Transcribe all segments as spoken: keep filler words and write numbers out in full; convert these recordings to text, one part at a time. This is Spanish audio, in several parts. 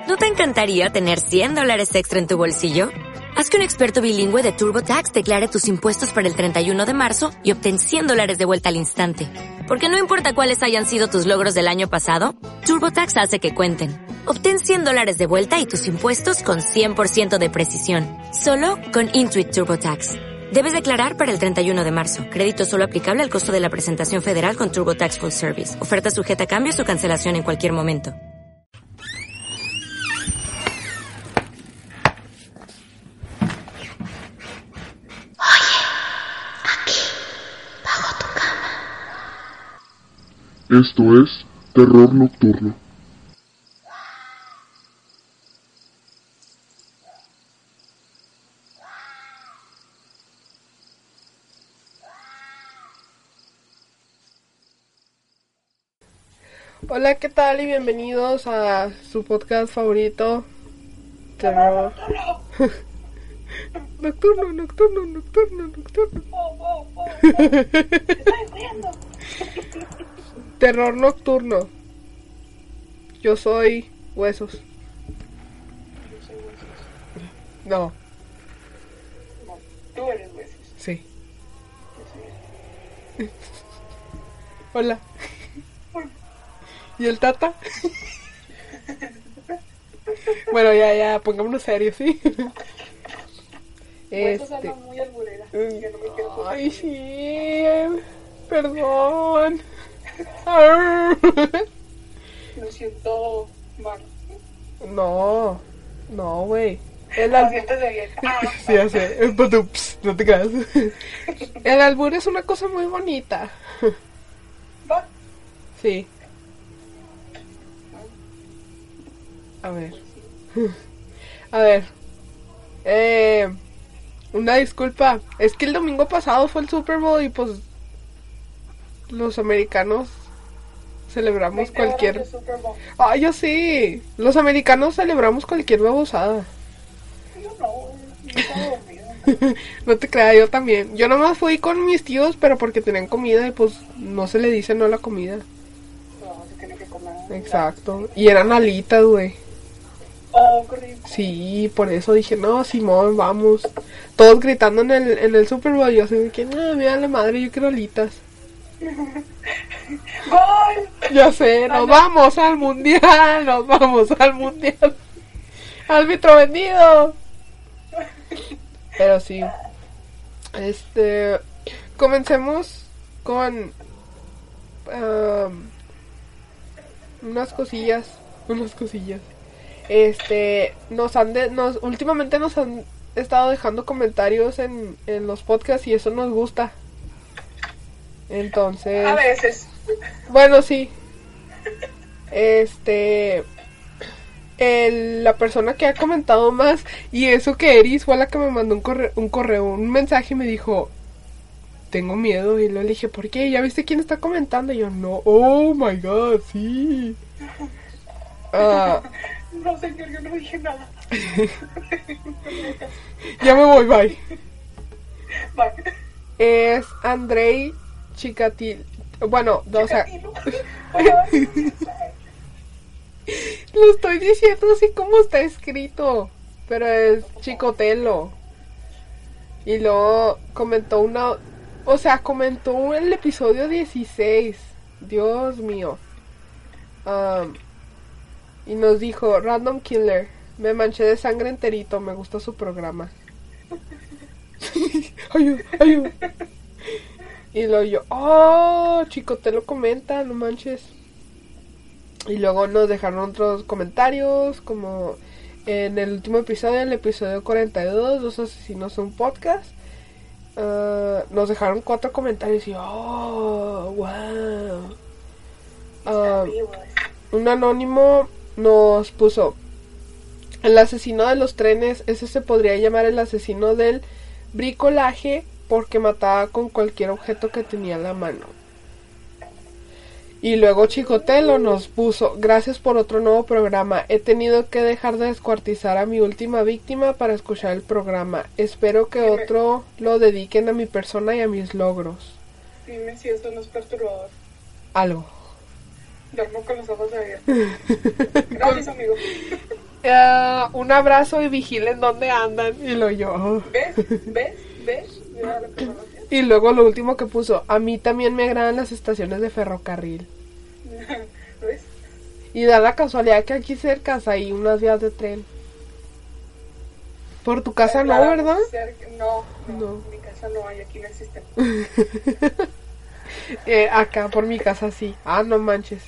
¿No te encantaría tener cien dólares extra en tu bolsillo? Haz que un experto bilingüe de TurboTax declare tus impuestos para el treinta y uno de marzo y obtén cien dólares de vuelta al instante. Porque no importa cuáles hayan sido tus logros del año pasado, TurboTax hace que cuenten. Obtén cien dólares de vuelta y tus impuestos con cien por ciento de precisión. Solo con Intuit TurboTax. Debes declarar para el treinta y uno de marzo. Crédito solo aplicable al costo de la presentación federal con TurboTax Full Service. Oferta sujeta a cambios o cancelación en cualquier momento. Esto es Terror Nocturno. Hola, ¿qué tal? Y bienvenidos a su podcast favorito, Terror Nocturno, Nocturno, Nocturno, Nocturno. Terror Nocturno. Yo soy Huesos. Yo soy Huesos. No. No, tú eres Huesos. Sí. Yo soy... Hola. ¿Y el Tata? Bueno, ya, ya, pongámonos serios, ¿sí? Huesos Este... anda muy alburera. Que no me quiero poner. Ay, sí. Perdón. Lo siento mal. No, no, güey. El Lo albur... sientes de bien. Ah, Sí, ya sé. Pss, no te creas. El albur es una cosa muy bonita. va. Sí. A ver. A ver. Eh, una disculpa. Es que el domingo pasado fue el Super Bowl y pues los americanos celebramos veinte horas cualquier... de Super Bowl. Ah, yo sí. Los americanos celebramos cualquier babosada. Yo no, yo estaba dormida. No te creas, yo también. Yo nomás fui con mis tíos, pero porque tenían comida y pues no se le dice no a la comida. No, se tiene que comer. Exacto. Y eran alitas, güey. Oh, qué rico. Sí, por eso dije, no, Simón, vamos. Todos gritando en el, en el Super Bowl. Yo así de que, no, mira la madre, yo quiero alitas. ¡Gol! Ya sé, nos vamos al mundial, nos vamos al mundial. Árbitro vendido. Pero sí. Este, comencemos con um, unas cosillas, unas cosillas. Este, nos han de, nos últimamente nos han estado dejando comentarios en, en los podcasts y eso nos gusta. Entonces, A veces. bueno, sí. Este, el, la persona que ha comentado más, y eso que Eris fue la que me mandó un correo, un correo, un mensaje y me dijo, tengo miedo. Y luego le dije, ¿por qué? ¿Ya viste quién está comentando? Y yo, no, oh my god, sí. Ah, No, señor, yo no dije nada. ya me voy, bye. Bye. Es Andrei Chicatil. Bueno, o sea, Chicatilo. lo estoy diciendo así como está escrito, pero es Chicotelo. Y luego comentó una, o sea, comentó el episodio dieciséis. Dios mío. Um, y nos dijo, Random Killer, me manché de sangre enterito, me gusta su programa. Ayuda, ayuda. Y luego yo, oh, Chicotelo comenta, no manches. Y luego nos dejaron otros comentarios, como en el último episodio, el episodio cuarenta y dos, Dos Asesinos un Podcast. Uh, nos dejaron cuatro comentarios y oh, wow. Uh, un anónimo nos puso, el asesino de los trenes, ese se podría llamar el asesino del bricolaje porque mataba con cualquier objeto que tenía en la mano. Y luego Chicotelo nos puso, gracias por otro nuevo programa, he tenido que dejar de descuartizar a mi última víctima para escuchar el programa, espero que Dime. otro lo dediquen a mi persona y a mis logros. Dime si eso no es perturbador. Algo. Duermo con los ojos abiertos. Gracias, amigo. uh, un abrazo y vigilen dónde andan. Y lo yo. ¿Ves? ¿Ves? ¿Ves? Mira lo que me hacía. Y luego lo último que puso, a mí también me agradan las estaciones de ferrocarril. ¿Ves? Y da la casualidad que aquí cerca hay unas vías de tren. Por tu casa no, Claro, ¿verdad? cerca- No, no, No. en mi casa no hay, aquí no existen. Eh, acá por mi casa sí. Ah, no manches.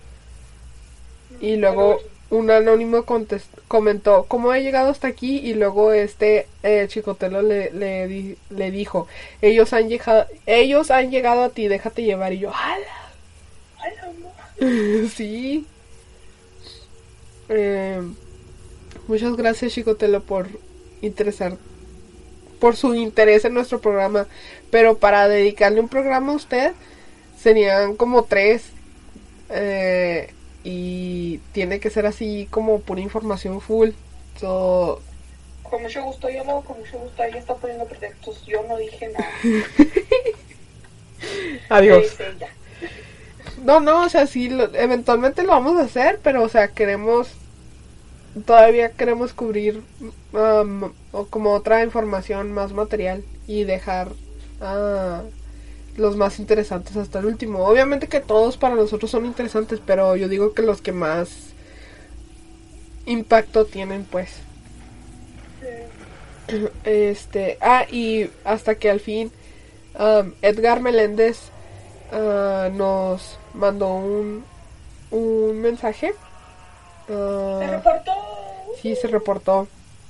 Y luego un anónimo contest- comentó cómo he llegado hasta aquí. Y luego este eh, Chicotelo le, le, di- le dijo, ellos han llegado ellos han llegado a ti, déjate llevar. Y yo, ¡hala! Ay, amor. Sí. Eh, muchas gracias, Chicotelo, por interesar, por su interés en nuestro programa. Pero para dedicarle un programa a usted serían como tres. Eh, y tiene que ser así como pura información full. So, Con mucho gusto, yo lo, con mucho gusto. Ella está poniendo pretextos. Yo no dije nada. adiós. Dice ella. No, no, o sea, sí, lo- eventualmente lo vamos a hacer, pero, o sea, queremos, todavía queremos cubrir um, o como otra información, más material y dejar a los más interesantes hasta el último. Obviamente que todos para nosotros son interesantes, pero yo digo que los que más impacto tienen, pues. Este, ah, y hasta que al fin um, Edgar Meléndez uh, nos mandó un, un mensaje. Uh, Se reportó. Sí, se reportó.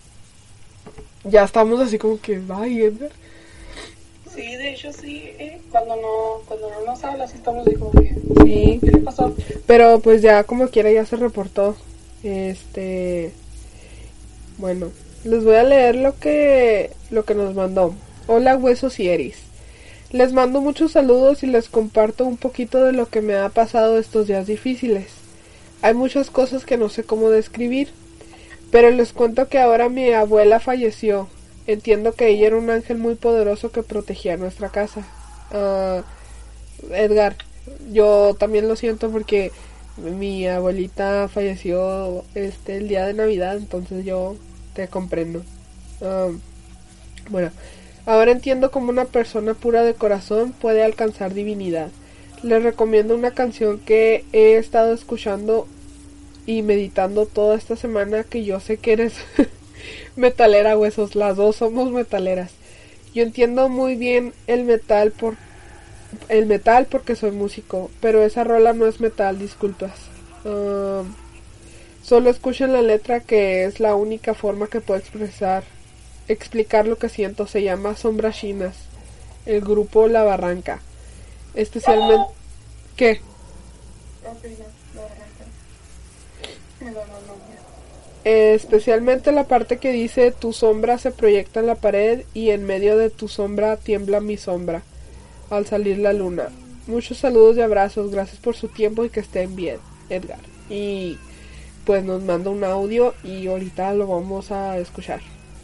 Ya estamos así como que, ay, Edgar. Sí, de hecho sí, eh, cuando no cuando no nos habla, sí estamos así como que, Sí, ¿qué le pasó? pero pues ya como quiera ya se reportó. Este, bueno, les voy a leer lo que lo que nos mandó. Hola, Huesos y Eris. Les mando muchos saludos y les comparto un poquito de lo que me ha pasado estos días difíciles. Hay muchas cosas que no sé cómo describir, pero les cuento que ahora mi abuela falleció. Entiendo que ella era un ángel muy poderoso que protegía nuestra casa. Uh, Edgar, yo también lo siento porque mi abuelita falleció este el día de Navidad, entonces yo te comprendo. Uh, bueno, ahora entiendo cómo una persona pura de corazón puede alcanzar divinidad. Les recomiendo una canción que he estado escuchando y meditando toda esta semana, que yo sé que eres metalera, Huesos, las dos somos metaleras. Yo entiendo muy bien el metal por el metal porque soy músico, pero esa rola no es metal, disculpas. Uh, solo escuchen la letra, que es la única forma que puedo expresar, explicar lo que siento. Se llama Sombras Chinas, el grupo La Barranca. Especialmente... ¿Qué? Ok, no, no, no, no, no, no. Eh, especialmente la parte que dice: tu sombra se proyecta en la pared y en medio de tu sombra tiembla mi sombra al salir la luna. Muchos saludos y abrazos, gracias por su tiempo y que estén bien, Edgar. Y pues nos manda un audio y ahorita lo vamos a escuchar.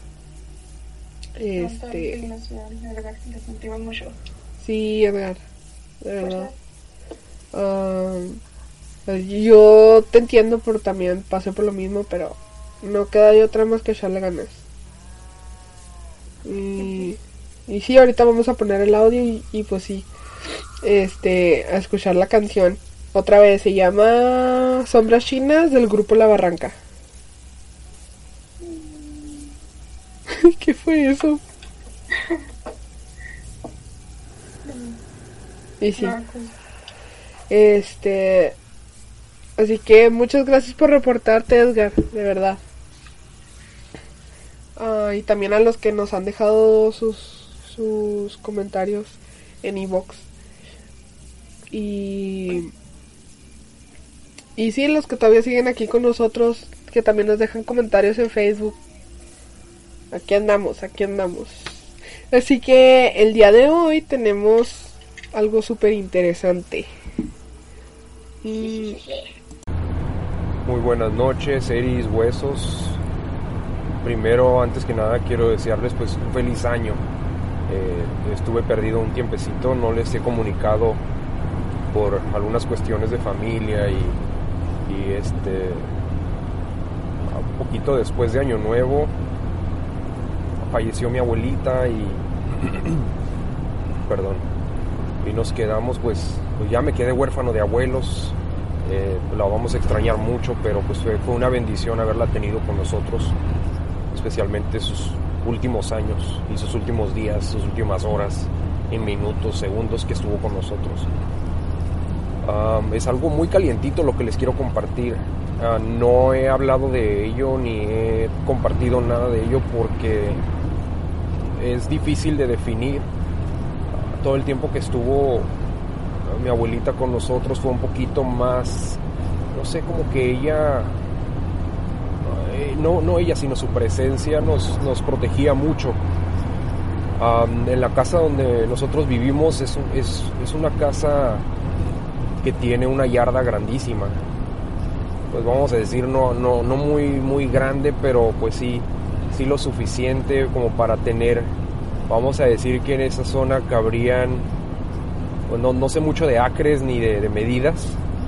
Este, Le sentimos mucho. sí, Edgar, de verdad. Uh, yo te entiendo, pero también pasé por lo mismo, pero no queda de otra más que echarle ganas. Y, y sí, ahorita vamos a poner el audio y, y pues sí, este, a escuchar la canción. Otra vez, se llama Sombras Chinas, del grupo La Barranca. ¿Qué fue eso? Y sí. Este, así que muchas gracias por reportarte, Edgar, de verdad. Uh, y también a los que nos han dejado sus sus comentarios en iVoox. Y y sí, los que todavía siguen aquí con nosotros, que también nos dejan comentarios en Facebook. Aquí andamos, aquí andamos. Así que el día de hoy tenemos algo súper interesante. Y... Muy buenas noches, Eris, Huesos. Primero, antes que nada, quiero desearles pues un feliz año. Eh, estuve perdido un tiempecito, no les he comunicado por algunas cuestiones de familia y, y este poquito después de Año Nuevo falleció mi abuelita y perdón, y nos quedamos pues, pues ya me quedé huérfano de abuelos. Eh, la vamos a extrañar mucho, pero pues fue, fue una bendición haberla tenido con nosotros, especialmente sus últimos años y sus últimos días, sus últimas horas, en minutos, segundos que estuvo con nosotros. Um, es algo muy calientito lo que les quiero compartir. Uh, no he hablado de ello ni he compartido nada de ello porque es difícil de definir. Uh, todo el tiempo que estuvo uh, mi abuelita con nosotros fue un poquito más, no sé, como que ella, uh, no, no ella, sino su presencia nos, nos protegía mucho. Um, en la casa donde nosotros vivimos es, es, es una casa que tiene una yarda grandísima, pues vamos a decir no, no, no muy, muy grande, pero pues sí, sí lo suficiente como para tener, vamos a decir que en esa zona cabrían, pues no, no sé mucho de acres ni de, de medidas,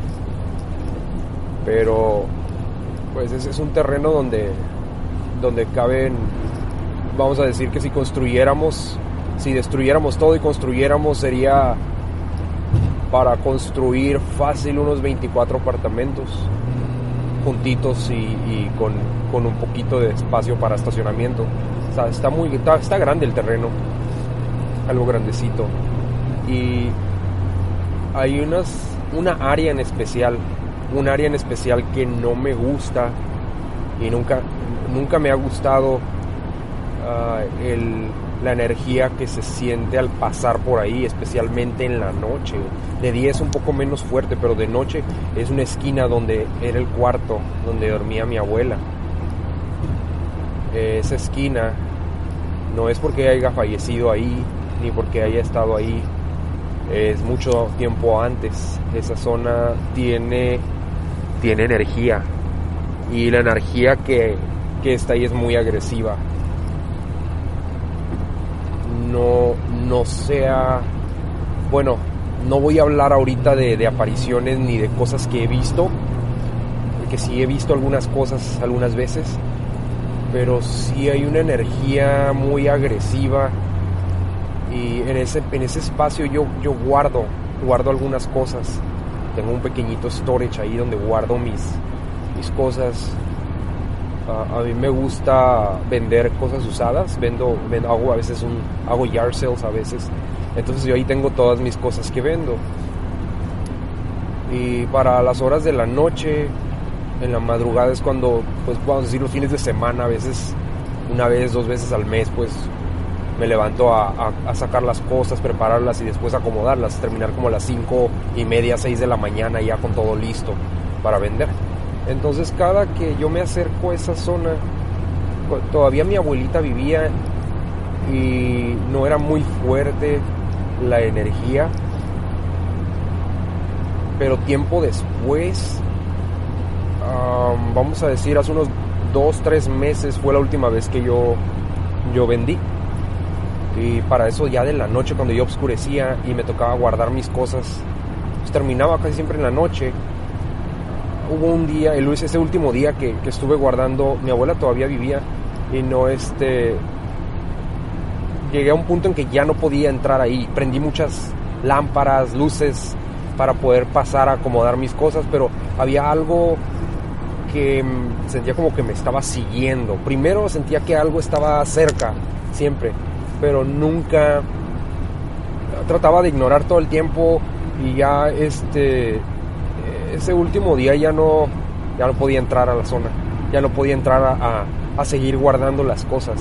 pero pues ese es un terreno donde, donde caben, vamos a decir que si construyéramos, si destruyéramos todo y construyéramos sería para construir fácil unos veinticuatro apartamentos juntitos y, y con, con un poquito de espacio para estacionamiento. O sea, está muy está, está grande el terreno, algo grandecito, y hay unas una área en especial, un área en especial que no me gusta y nunca nunca me ha gustado uh, el la energía que se siente al pasar por ahí, especialmente en la noche. De día es un poco menos fuerte, pero de noche es una esquina donde era el cuarto donde dormía mi abuela. Esa esquina no es porque haya fallecido ahí, ni porque haya estado ahí, es mucho tiempo antes. Esa zona tiene, tiene energía, y la energía que, que está ahí es muy agresiva. No, no sea, bueno, no voy a hablar ahorita de, de apariciones ni de cosas que he visto, porque sí he visto algunas cosas algunas veces, pero sí hay una energía muy agresiva, y en ese, en ese espacio yo, yo guardo, guardo algunas cosas. Tengo un pequeñito storage ahí donde guardo mis, mis cosas. Uh, a mí me gusta vender cosas usadas, vendo, vendo hago a veces un, hago yard sales a veces, entonces yo ahí tengo todas mis cosas que vendo. Y para las horas de la noche, en la madrugada es cuando, pues vamos a decir los fines de semana, a veces una vez, dos veces al mes, pues me levanto a, a, a sacar las cosas, prepararlas y después acomodarlas, terminar como a las cinco y media, seis de la mañana ya con todo listo para vender. Entonces cada que yo me acerco a esa zona, todavía mi abuelita vivía y no era muy fuerte la energía, pero tiempo después, um, vamos a decir hace unos dos, tres meses fue la última vez que yo, yo vendí. Y para eso ya de la noche, cuando yo oscurecía y me tocaba guardar mis cosas, pues terminaba casi siempre en la noche. Hubo un día, el, ese último día que, que estuve guardando, mi abuela todavía vivía y no este... Llegué a un punto en que ya no podía entrar ahí. Prendí muchas lámparas, luces para poder pasar a acomodar mis cosas, pero había algo que sentía como que me estaba siguiendo. Primero sentía que algo estaba cerca, siempre, pero nunca... Trataba de ignorar todo el tiempo y ya este... ese último día ya no, ya no podía entrar a la zona, ya no podía entrar a, a, a seguir guardando las cosas.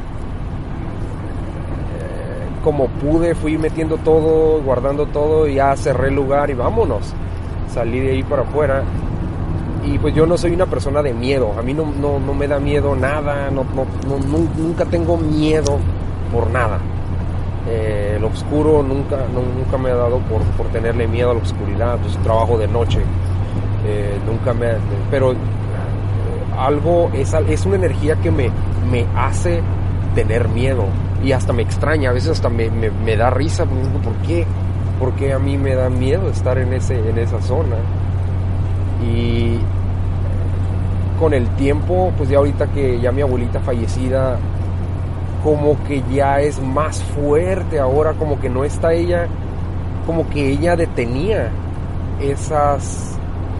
Eh, como pude, fui metiendo todo, guardando todo, y ya cerré el lugar y vámonos. Salí de ahí para afuera. Y pues yo no soy una persona de miedo, a mí no, no, no me da miedo nada, no, no, no, nunca tengo miedo por nada. Eh, el oscuro nunca, no, nunca me ha dado por, por tenerle miedo a la oscuridad. Pues trabajo de noche, eh, nunca me, pero eh, algo es, es una energía que me, me hace tener miedo y hasta me extraña, a veces hasta me, me, me da risa. ¿Por qué? Porque a mí me da miedo estar en ese, en esa zona. Y con el tiempo, pues ya ahorita que ya mi abuelita fallecida, como que ya es más fuerte ahora, como que no está ella, como que ella detenía esas,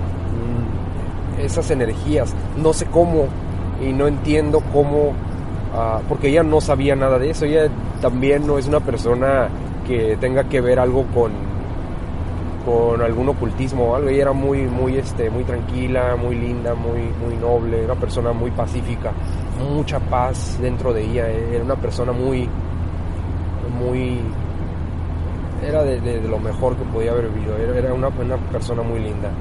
esas energías, no sé cómo, y no entiendo cómo, uh, porque ella no sabía nada de eso, ella también no es una persona que tenga que ver algo con, con algún ocultismo o algo. Ella era muy, muy, este, muy tranquila, muy linda, muy, muy noble, una persona muy pacífica, mucha paz dentro de ella, era una persona muy, muy, era de, de, de lo mejor que podía haber vivido, era, era una, una persona muy linda.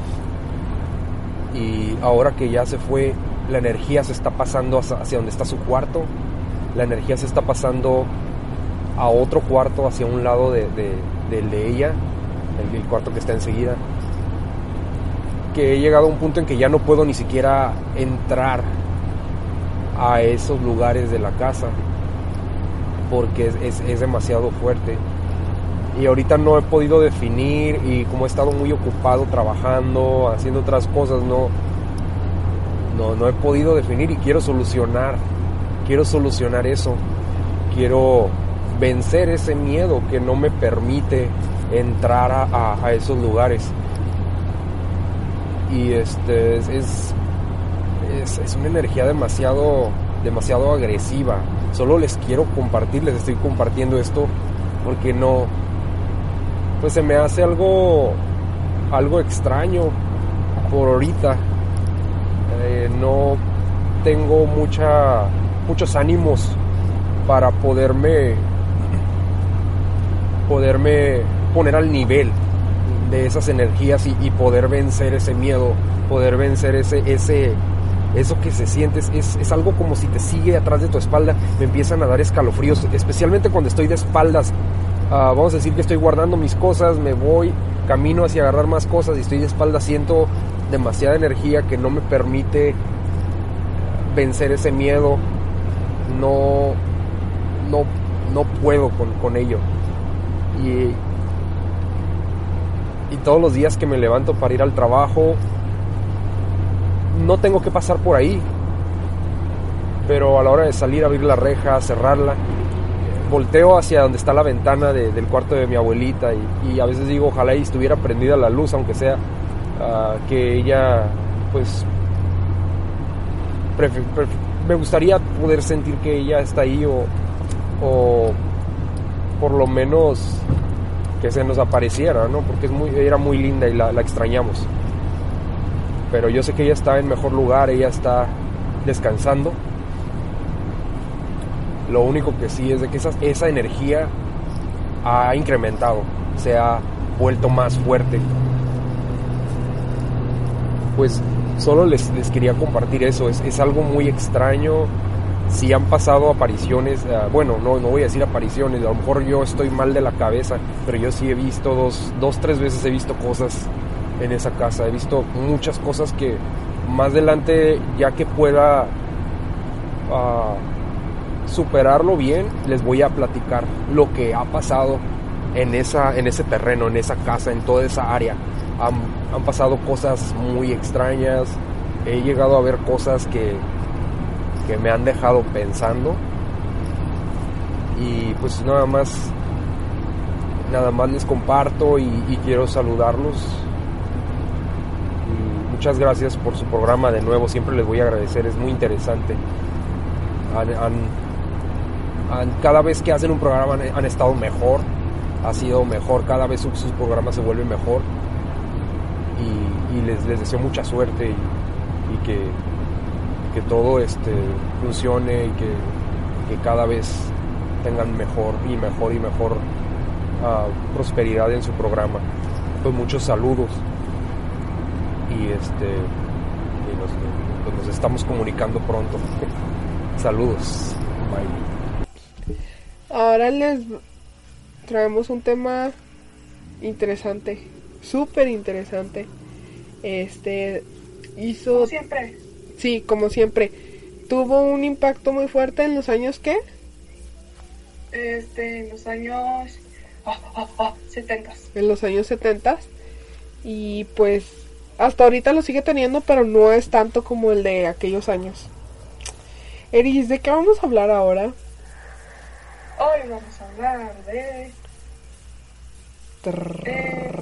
Y ahora que ya se fue, la energía se está pasando hacia, hacia donde está su cuarto, la energía se está pasando a otro cuarto, hacia un lado de, de, del de ella, el, el cuarto que está enseguida, que he llegado a un punto en que ya no puedo ni siquiera entrar a esos lugares de la casa, porque es, es, es demasiado fuerte. Y ahorita no he podido definir, y como he estado muy ocupado trabajando, haciendo otras cosas, no, no, no he podido definir, y quiero solucionar, quiero solucionar eso, quiero vencer ese miedo que no me permite entrar a, a, a esos lugares. Y este es, es, es, es una energía demasiado, demasiado agresiva. Solo les quiero compartir, les estoy compartiendo esto porque no, pues se me hace algo, algo extraño por ahorita. Eh, no tengo mucha, muchos ánimos para poderme, poderme poner al nivel de esas energías y, y poder vencer ese miedo, poder vencer ese, ese, eso que se siente, es, es algo como si te sigue atrás de tu espalda. Me empiezan a dar escalofríos, especialmente cuando estoy de espaldas. Uh, vamos a decir que estoy guardando mis cosas, me voy, camino hacia agarrar más cosas y estoy de espaldas, siento demasiada energía que no me permite vencer ese miedo. No, no, no puedo con, con ello. Y, y todos los días que me levanto para ir al trabajo, no tengo que pasar por ahí, pero a la hora de salir, abrir la reja, cerrarla, volteo hacia donde está la ventana de, del cuarto de mi abuelita y, y a veces digo, ojalá y estuviera prendida la luz, aunque sea, uh, que ella, pues, prefer, prefer, me gustaría poder sentir que ella está ahí, o, o por lo menos que se nos apareciera, ¿no? Porque es muy, era muy linda y la, la extrañamos. Pero yo sé que ella está en mejor lugar, ella está descansando. Lo único que sí es de que esa, esa energía ha incrementado, se ha vuelto más fuerte. Pues solo les, les quería compartir eso, es, es algo muy extraño. Si han pasado apariciones, uh, bueno, no, no voy a decir apariciones, a lo mejor yo estoy mal de la cabeza, pero yo sí he visto dos, dos, tres veces he visto cosas en esa casa, he visto muchas cosas que más adelante, ya que pueda uh, superarlo bien, les voy a platicar lo que ha pasado en, esa, en ese terreno, en esa casa, en toda esa área. Han, han pasado cosas muy extrañas, he llegado a ver cosas que, que me han dejado pensando, y pues nada más, nada más les comparto y, y quiero saludarlos. Muchas gracias por su programa de nuevo, siempre les voy a agradecer, es muy interesante. Han, han, han, cada vez que hacen un programa han, han estado mejor, ha sido mejor, cada vez sus, sus programas se vuelven mejor, y, y les, les deseo mucha suerte y, y que, que todo este funcione y que, que cada vez tengan mejor y mejor y mejor uh, prosperidad en su programa. Pues muchos saludos. Y este y nos, pues nos estamos comunicando pronto. Saludos. Bye. Ahora les traemos un tema interesante, súper interesante. Este hizo, como siempre. Sí, como siempre. Tuvo un impacto muy fuerte en los años ¿qué? Este, en los años oh, oh, oh, setentas. En los años setentas. Y pues hasta ahorita lo sigue teniendo, pero no es tanto como el de aquellos años. Eris, ¿de qué vamos a hablar ahora? Hoy vamos a hablar de... De...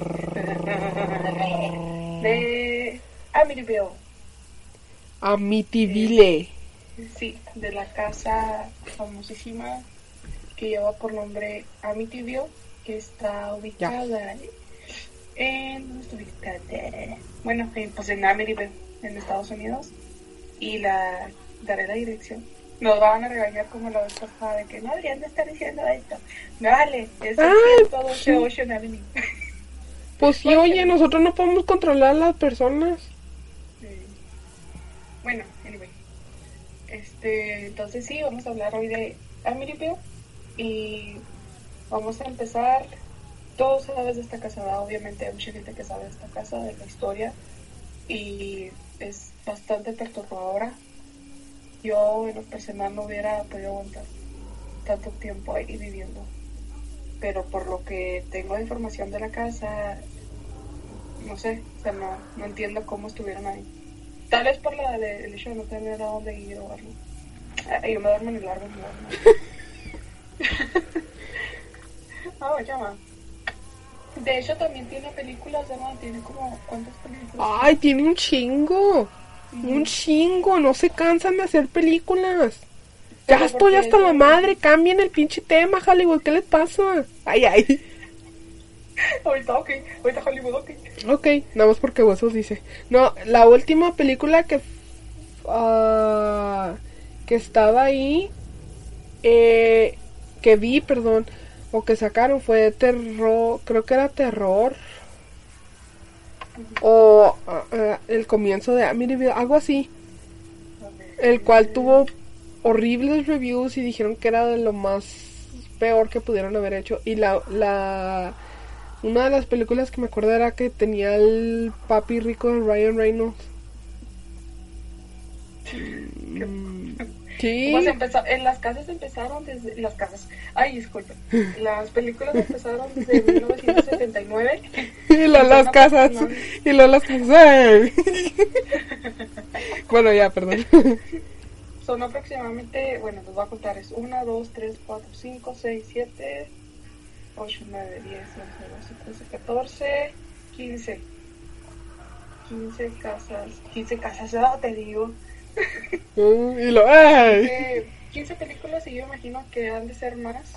de... Amityville. Amityville. Sí, de la casa famosísima que lleva por nombre Amityville, que está ubicada ya. en... ¿Dónde está ubicada? Bueno, en, pues en Amityville, en Estados Unidos. Y la... daré la dirección. Nos van a regañar como la vez pasada de que no deberían de estar diciendo esto. Me vale, es el ciento doce Ocean Avenue. Pues sí, oye, nosotros no podemos controlar a las personas. Sí. Bueno, anyway. Este, entonces sí, vamos a hablar hoy de Amityville. Y vamos a empezar. Todos sabes de esta casa, ¿verdad? Obviamente hay mucha gente que sabe de esta casa, de la historia. Y es bastante perturbadora. Yo en lo personal no hubiera podido aguantar tanto tiempo ahí viviendo, pero por lo que tengo de información de la casa, no sé, o sea, no, no entiendo cómo estuvieron ahí. Tal vez por la de, el hecho de no tener a dónde ir o algo. Ah, yo me duermo en el árbol, me duermo. Ah, llama. De hecho también tiene películas, ¿no? Tiene como, ¿cuántas películas? Ay, tiene un chingo. Un chingo, no se cansan de hacer películas. Ya Pero estoy hasta eso- la madre, cambien el pinche tema, Hollywood, ¿qué les pasa? Ay, ay. Ahorita, ok, ahorita Hollywood, ok. Ok, nada más porque Huesos dice. No, la última película que ah, que estaba ahí, eh, que vi, perdón, o que sacaron fue de terror, creo que era terror. O ah, ah, el comienzo de Amityville, algo así. El cual tuvo horribles reviews y dijeron que era de lo más peor que pudieron haber hecho. Y la, la una de las películas que me acuerdo era que tenía el papi rico de Ryan Reynolds. Mm, sí. Pues empezó, en las casas empezaron desde las casas. Ay, disculpe. Las películas empezaron desde mil novecientos setenta y nueve. Y lo- las casas. Y lo, las casas. ¡Ay! Bueno, ya, perdón. Son aproximadamente, bueno, les voy a contar, es uno, dos, tres, cuatro, cinco, seis, siete, ocho, nueve, diez, once, doce, trece, catorce, quince. quince casas. quince casas, ya te digo. Mm, y lo. ¡Ay! Eh, quince películas y yo imagino que han de ser más.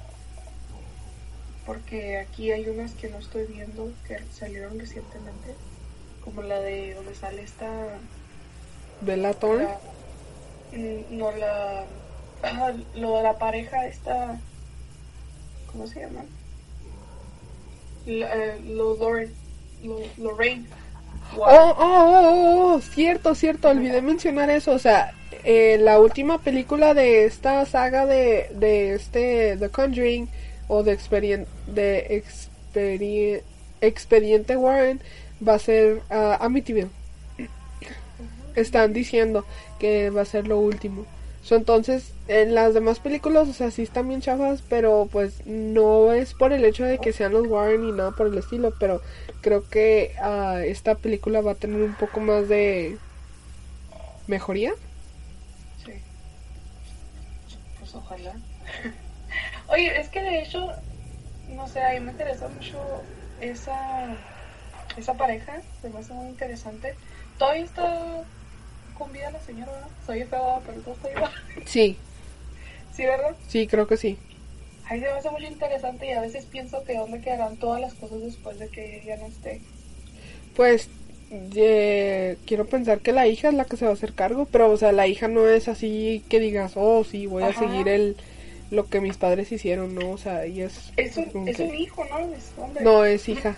Porque aquí hay unas que no estoy viendo que salieron recientemente. Como la de donde sale esta... Bella Thorne. la- mm, no, la... ah, lo de la pareja esta... ¿Cómo se llama? La, eh, lo, Lorraine. Lo, Lorraine. Oh, oh, oh, oh, oh, cierto, cierto, olvidé mencionar eso, o sea, eh, la última película de esta saga de, de este, The Conjuring, o de, experien de experien Expediente Warren, va a ser uh, Amityville. Están diciendo que va a ser lo último. So, entonces, en las demás películas, o sea, sí están bien chafas, pero pues no es por el hecho de que sean los Warren ni nada por el estilo, pero creo que uh, esta película va a tener un poco más de mejoría. Sí. Pues ojalá. Oye, es que de hecho, no sé, a mí me interesa mucho esa, esa pareja, se me hace muy interesante. Todavía está con vida la señora, ¿verdad? Soy feo, pero todo está igual. Sí, ¿Sí, verdad? sí, creo que sí. Ahí se me hace muy interesante y a veces pienso que dónde quedarán todas las cosas después de que ella no esté. Pues eh, quiero pensar que la hija es la que se va a hacer cargo, pero o sea, la hija no es así que digas, oh, sí, voy a Ajá. seguir el lo que mis padres hicieron, ¿no? O sea, y es... Es un, como es que- un hijo, ¿no? Es hombre. No, es hija.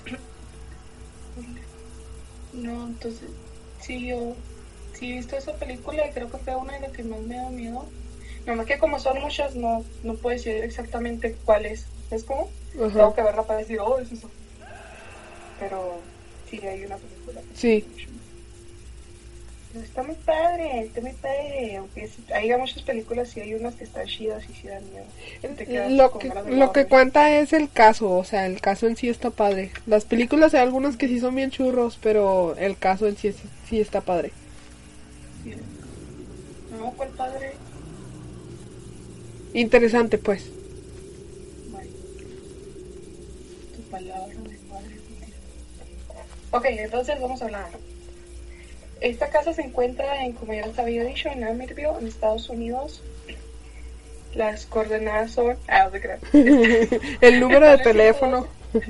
No, entonces, sí, yo sí he visto esa película y creo que fue una de las que más me da miedo. Nomás que como son muchas, no, no puedo decir exactamente cuál es. ¿Es como? Ajá. Tengo que verla para decir, oh, es eso. Pero sí, hay una película. Sí. Está muy padre, está muy padre. Aunque es, hay muchas películas y hay unas que están chidas y sí dan miedo. Te quedas Lo con que, ganas de lo que dormir. cuenta es el caso, o sea, el caso en sí está padre. Las películas hay algunas que sí son bien churros, pero el caso en sí, es- sí está padre. Sí. No, ¿cuál padre? Interesante, pues. Bueno, tu palabra de padre. Ok, entonces vamos a hablar. Esta casa se encuentra en, como ya les había dicho, en Amityville, en Estados Unidos. Las coordenadas son... Ah, no te creas. El número de Está en el teléfono.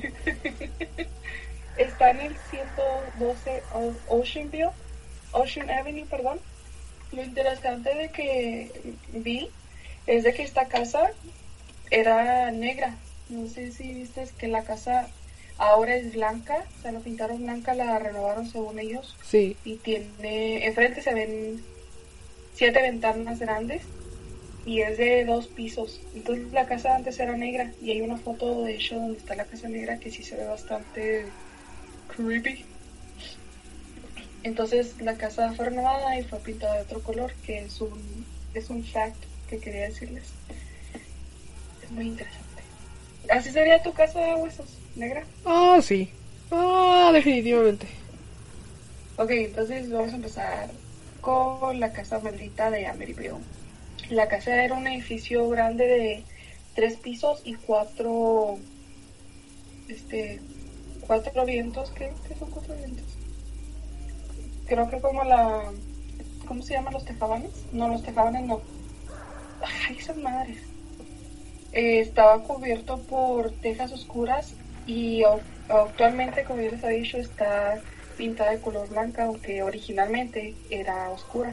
Está en el ciento doce O- Ocean View, Ocean Avenue, perdón. Lo interesante de que vi es de que esta casa era negra. No sé si viste que la casa ahora es blanca, o sea, la pintaron blanca, la renovaron según ellos. Sí. Y tiene, enfrente se ven siete ventanas grandes y es de dos pisos. Entonces la casa antes era negra y hay una foto de hecho donde está la casa negra que sí se ve bastante creepy. Entonces la casa fue renovada y fue pintada de otro color, que es un, es un fact que quería decirles. Es muy interesante. ¿Así sería tu casa de huesos, negra? Ah, sí. Ah, definitivamente. Ok, entonces vamos a empezar con la casa maldita de Amityville. La casa era un edificio grande de tres pisos y cuatro, este, cuatro vientos. ¿Qué, qué son cuatro vientos? Creo que como la, ¿cómo se llaman los tejabanes? No, los tejabanes no. Ay, esas madres. Eh, estaba cubierto por tejas oscuras y o- actualmente, como ya les había dicho, está pintada de color blanca, aunque originalmente era oscura.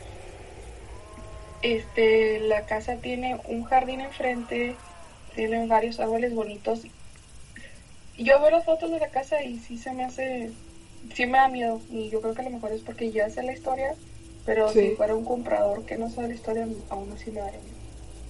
Este, la casa tiene un jardín enfrente, tiene varios árboles bonitos. Yo veo las fotos de la casa y sí se me hace, sí me da miedo. Y yo creo que a lo mejor es porque ya sé la historia, pero Sí. si fuera un comprador que no sabe la historia, aún así me daría miedo.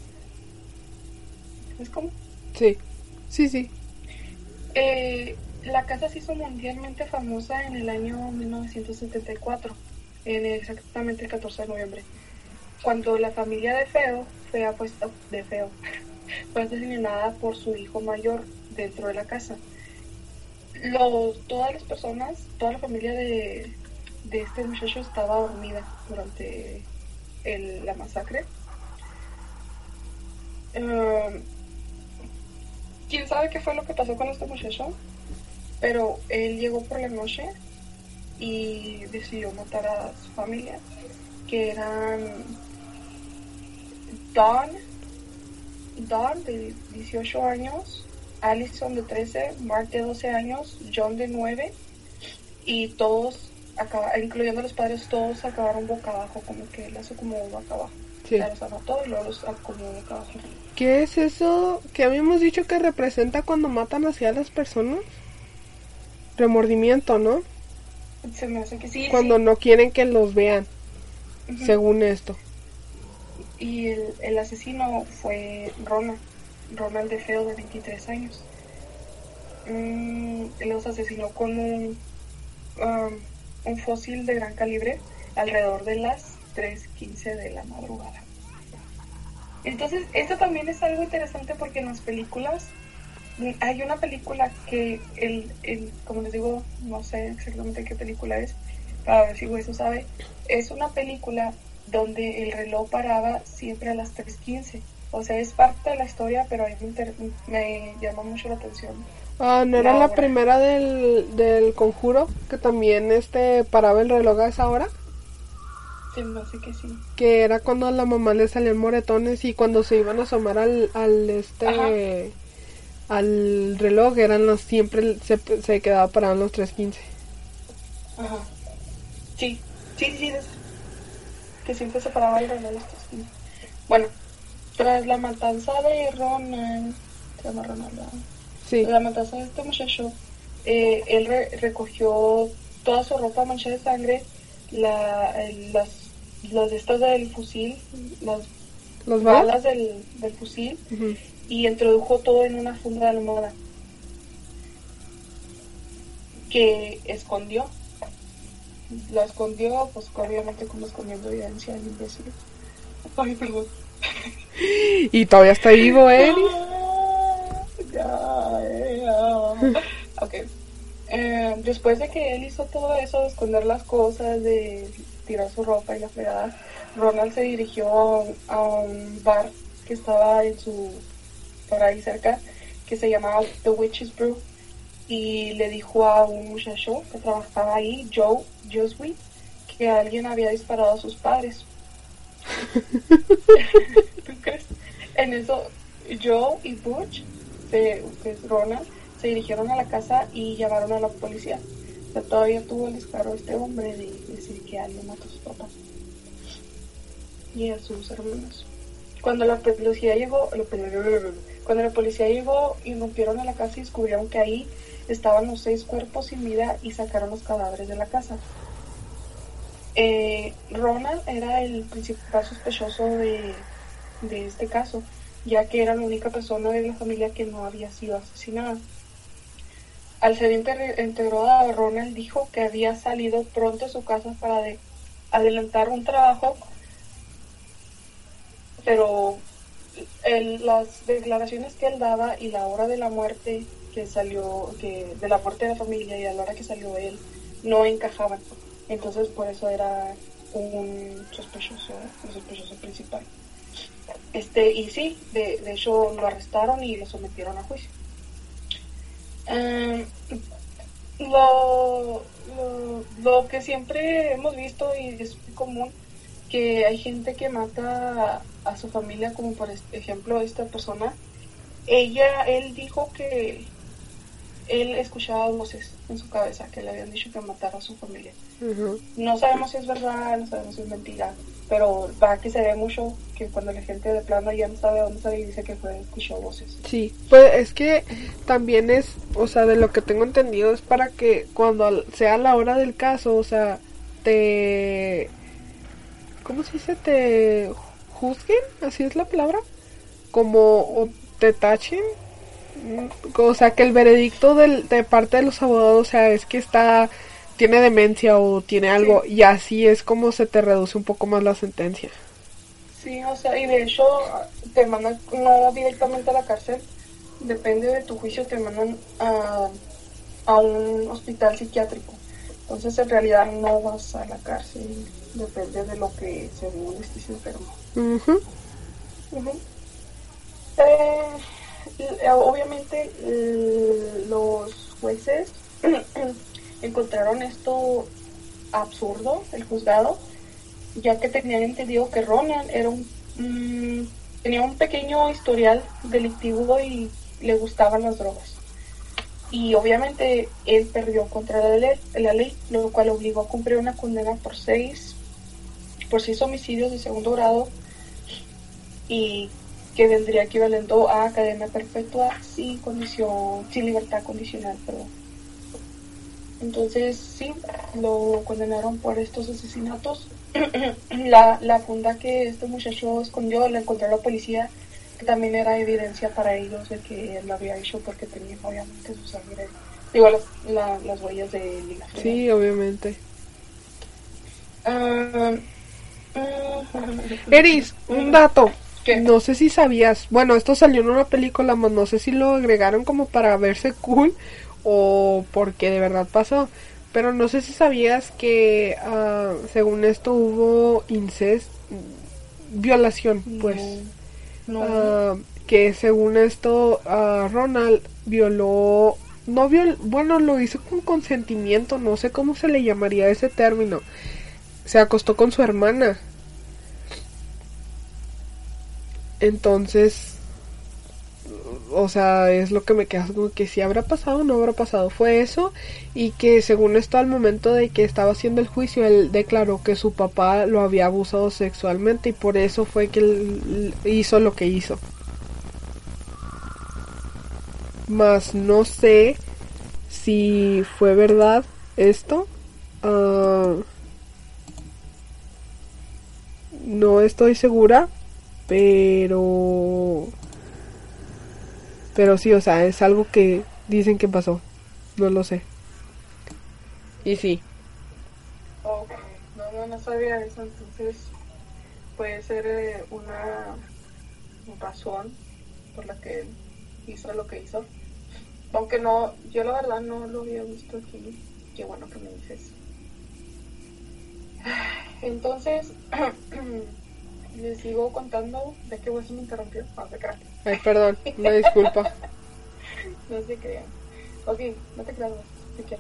¿Es como? Sí. Sí, sí. Eh, la casa se hizo mundialmente famosa en el año mil novecientos setenta y cuatro, en exactamente el catorce de noviembre, cuando la familia de Feo, Fea pues, de Feo, fue asesinada por su hijo mayor dentro de la casa. Los, todas las personas, toda la familia de, de este muchacho estaba dormida durante el, la masacre. Um, ¿Quién sabe qué fue lo que pasó con este muchacho? Pero él llegó por la noche y decidió matar a su familia, que eran Don, Don de dieciocho años, Allison de trece, Mark de doce años, John de nueve, y todos, acaba, incluyendo los padres, todos acabaron boca abajo, como que él las acomodó boca abajo. Sí. O sea, los anotó y luego los acomodó boca abajo. ¿Qué es eso que habíamos dicho que representa cuando matan hacia las personas? Remordimiento, ¿no? Se me hace que sí, Cuando sí. no quieren que los vean, Ujú. según esto. Y el, el asesino fue Ronald, Ronald de Feo, de veintitrés años. Mm, los asesinó con un, um, un fósil de gran calibre alrededor de las tres quince de la madrugada. Entonces, esto también es algo interesante porque en las películas, mm, hay una película que, el, el, como les digo, no sé exactamente qué película es, para ver si Hueso sabe, es una película donde el reloj paraba siempre a las tres quince. O sea, es parte de la historia, pero a mí me, inter- me llama mucho la atención. Ah, ¿no era La la hora. primera del, del Conjuro? Que también este paraba el reloj a esa hora. Se me hace que sí. Que era cuando a la mamá le salían moretones y cuando se iban a asomar al, al este Ajá. al reloj eran las siempre se, se quedaba parado en los tres quince. Ajá. Sí, sí, sí, sí, es- que siempre se paraba el reloj a las tres quince. Bueno, tras la matanza de Ronald, se llama Ronald, ¿verdad? Sí. La matanza de este muchacho, eh, él re- recogió toda su ropa manchada de sangre, la, el- las, las de estas del fusil, las ¿Los balas, balas? del, del fusil, Ujú. y introdujo todo en una funda de almohada que escondió. la escondió, pues obviamente como escondiendo evidencia, el imbécil. Ay, perdón. Y todavía está vivo, ¿eh? Ya, ya. Ok. Eh, después de que él hizo todo eso, de esconder las cosas, de tirar su ropa y la fregada, Ronald se dirigió a un, a un bar que estaba en su, por ahí cerca, que se llamaba The Witch's Brew, y le dijo a un muchacho que trabajaba ahí, Joe Josby, que alguien había disparado a sus padres. ¿Tú crees? En eso, Joe y Butch, se, que es Ronald, se dirigieron a la casa y llamaron a la policía. O sea, todavía tuvo el descaro este hombre de decir que alguien mató a sus papás y a sus hermanos. Cuando la policía llegó, cuando la policía llegó, irrumpieron a la casa y descubrieron que ahí estaban los seis cuerpos sin vida y sacaron los cadáveres de la casa. Eh, Ronald era el principal sospechoso de, de este caso, ya que era la única persona de la familia que no había sido asesinada. Al ser interrogado, Ronald dijo que había salido pronto de su casa para de, adelantar un trabajo, pero el, las declaraciones que él daba y la hora de la muerte que salió, que de la muerte de la familia y a la hora que salió él, no encajaban. Entonces por eso era un sospechoso, un sospechoso principal. Este, y sí, de, de hecho lo arrestaron y lo sometieron a juicio. Um, lo, lo, lo que siempre hemos visto y es muy común, que hay gente que mata a, a su familia, como por ejemplo esta persona. Ella, él dijo que él escuchaba voces en su cabeza que le habían dicho que matara a su familia. Uh-huh. No sabemos si es verdad, no sabemos si es mentira, pero va que se ve mucho que cuando la gente de plano ya no sabe dónde está y dice que fue, escuchó voces. Sí, pues es que también es, o sea, de lo que tengo entendido es para que cuando sea la hora del caso, o sea, te... ¿cómo se dice? Te juzguen, así es la palabra, como o te tachen. O sea, que el veredicto del, de parte de los abogados, o sea, es que está, tiene demencia o tiene algo, sí. Y así es como se te reduce un poco más la sentencia. Sí, o sea, y de hecho te mandan no directamente a la cárcel, depende de tu juicio, te mandan a, a un hospital psiquiátrico. Entonces en realidad no vas a la cárcel, depende de lo que según estés enfermo. Uh-huh. Uh-huh. Eh... Obviamente los jueces encontraron esto absurdo, el juzgado, ya que tenían entendido que Ronald era un mmm, tenía un pequeño historial delictivo y le gustaban las drogas. Y obviamente él perdió contra la ley, la ley, lo cual obligó a cumplir una condena por seis, por seis homicidios de segundo grado y que vendría equivalendo a cadena perpetua sin condición, sin libertad condicional, perdón. Entonces sí, lo condenaron por estos asesinatos. la, la funda que este muchacho escondió la encontró la policía, que también era evidencia para ellos de que él lo había hecho porque tenía obviamente su sangre, digo las, la, las huellas de la funda. Sí, obviamente. Uh, uh, Eris, un dato. ¿Qué? No sé si sabías, bueno, esto salió en una película, más no sé si lo agregaron como para verse cool o porque de verdad pasó, pero no sé si sabías que uh, según esto hubo incesto, violación, pues, no, no. Uh, que según esto uh, Ronald violó, no viol, bueno, lo hizo con consentimiento, no sé cómo se le llamaría ese término, se acostó con su hermana. Entonces, o sea, es lo que me queda como que si habrá pasado o no habrá pasado. Fue eso, y que según esto al momento de que estaba haciendo el juicio, él declaró que su papá lo había abusado sexualmente y por eso fue que él hizo lo que hizo. Mas no sé si fue verdad esto. Uh, no estoy segura. Pero... Pero sí, o sea, es algo que dicen que pasó. No lo sé. Y sí. no, no sabía eso, entonces puede ser eh, una razón por la que él hizo lo que hizo. Aunque no, yo la verdad no lo había visto aquí. Qué bueno que me dices. Entonces, les sigo contando de qué hueso me interrumpió. No se crean. Ay, perdón, me disculpa. No se crean. Ok, no te creas, te quiero.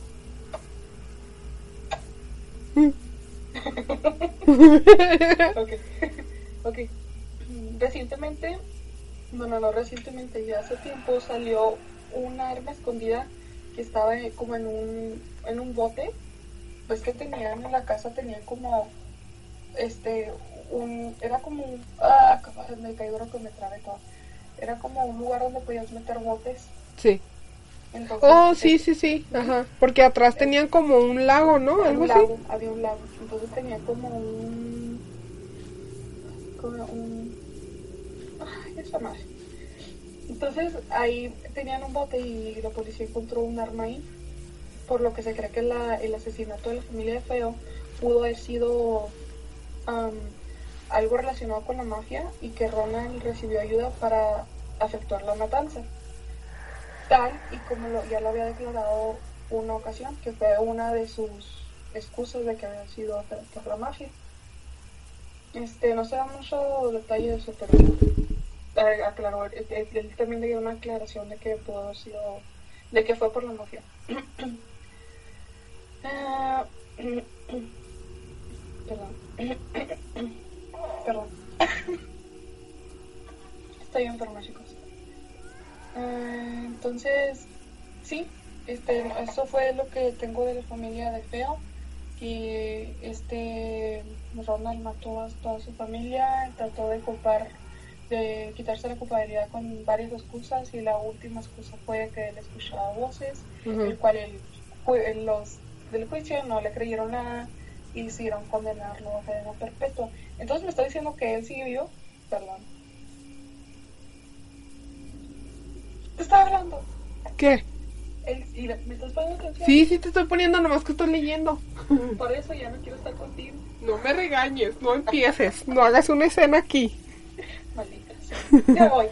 ok, ok. Recientemente, bueno, no recientemente, ya hace tiempo salió una arma escondida que estaba como en un, en un bote. Pues que tenían en la casa, tenían como, este, un, era como un, ah, me caí duro que me trabé todo. Era como un lugar donde podías meter botes. Sí. Entonces, Oh, sí, es, sí, sí, ajá. Porque atrás tenían como un lago, ¿no? Algo un así. lago, había un lago. Entonces tenía como un, como un, ay, esa madre. Entonces ahí tenían un bote y la policía encontró un arma ahí, por lo que se cree que la, el asesinato de la familia de Feo pudo haber sido um, algo relacionado con la mafia y que Ronald recibió ayuda para efectuar la matanza. Tal y como lo, ya lo había declarado una ocasión, que fue una de sus excusas de que había sido por la mafia. Este, no se da mucho detalle de eso, pero eh, aclaró, él, él, él también dio una aclaración de que pudo haber sido, de que fue por la mafia. uh, perdón. Perdón. Estoy enferma, chicos. Uh, entonces, sí, este, eso fue lo que tengo de la familia de Feo. Y este Ronald mató a toda su familia, trató de culpar, de quitarse la culpabilidad con varias excusas, y la última excusa fue que él escuchaba voces, uh-huh. el cual el, los del juicio no le creyeron nada y decidieron condenarlo a cadena perpetua. Entonces me está diciendo que él sigue vivo. Perdón. ¿Te estaba hablando? ¿Qué? El, y ¿me estás poniendo atención? Sí, sí te estoy poniendo, nomás que estoy leyendo. Por eso ya no quiero estar contigo. No me regañes, no empieces, no hagas una escena aquí. Maldita sea. Ya voy.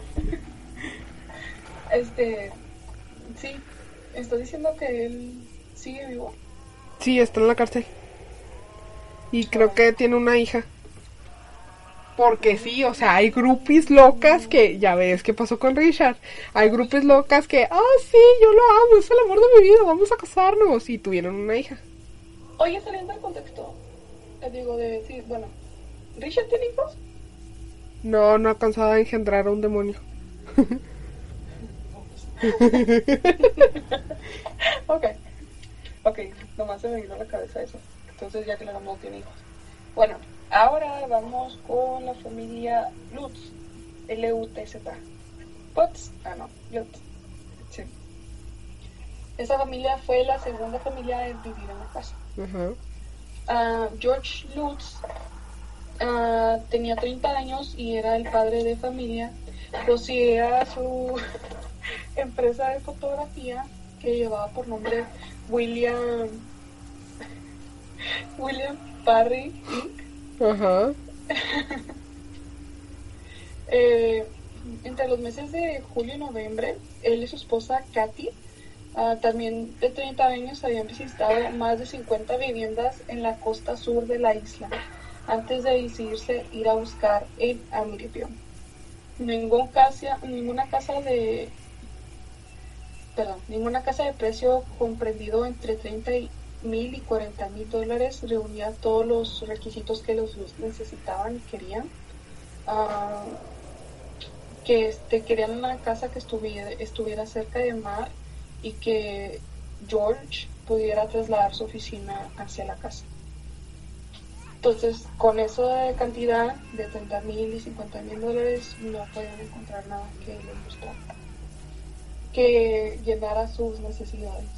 Este, sí, estoy diciendo que él sigue vivo. Sí, está en la cárcel. Y creo que tiene una hija. Porque sí, o sea, hay groupies locas que, ya ves qué pasó con Richard. Hay groupies locas que, ah, oh, sí, yo lo amo, es el amor de mi vida, vamos a casarnos. Y tuvieron una hija. Oye, saliendo del contexto, te digo de, sí, bueno, ¿Richard tiene hijos? No, no ha alcanzado a engendrar a un demonio. ok, ok, nomás se me vino a la cabeza eso. Entonces ya que la no tiene hijos. Bueno, ahora vamos con la familia Lutz, L U T Z. Lutz, ah no, Lutz. Sí. Esa familia fue la segunda familia en vivir en la casa. Uh-huh. Uh, George Lutz uh, tenía treinta años y era el padre de familia. Poseía su empresa de fotografía que llevaba por nombre William William Parry incorporated. Ajá. eh, entre los meses de julio y noviembre, él y su esposa Kathy, uh, también de treinta años, habían visitado más de cincuenta viviendas en la costa sur de la isla antes de decidirse ir a buscar en Amityville. Ningún casa, ninguna casa de perdón, ninguna casa de precio comprendido entre treinta mil y cuarenta mil dólares reunía todos los requisitos que los necesitaban y querían. Uh, que este, querían una casa que estuviera, estuviera cerca del mar y que George pudiera trasladar su oficina hacia la casa. Entonces, con esa cantidad de treinta mil y cincuenta mil dólares no podían encontrar nada que les gustara, que llenara sus necesidades.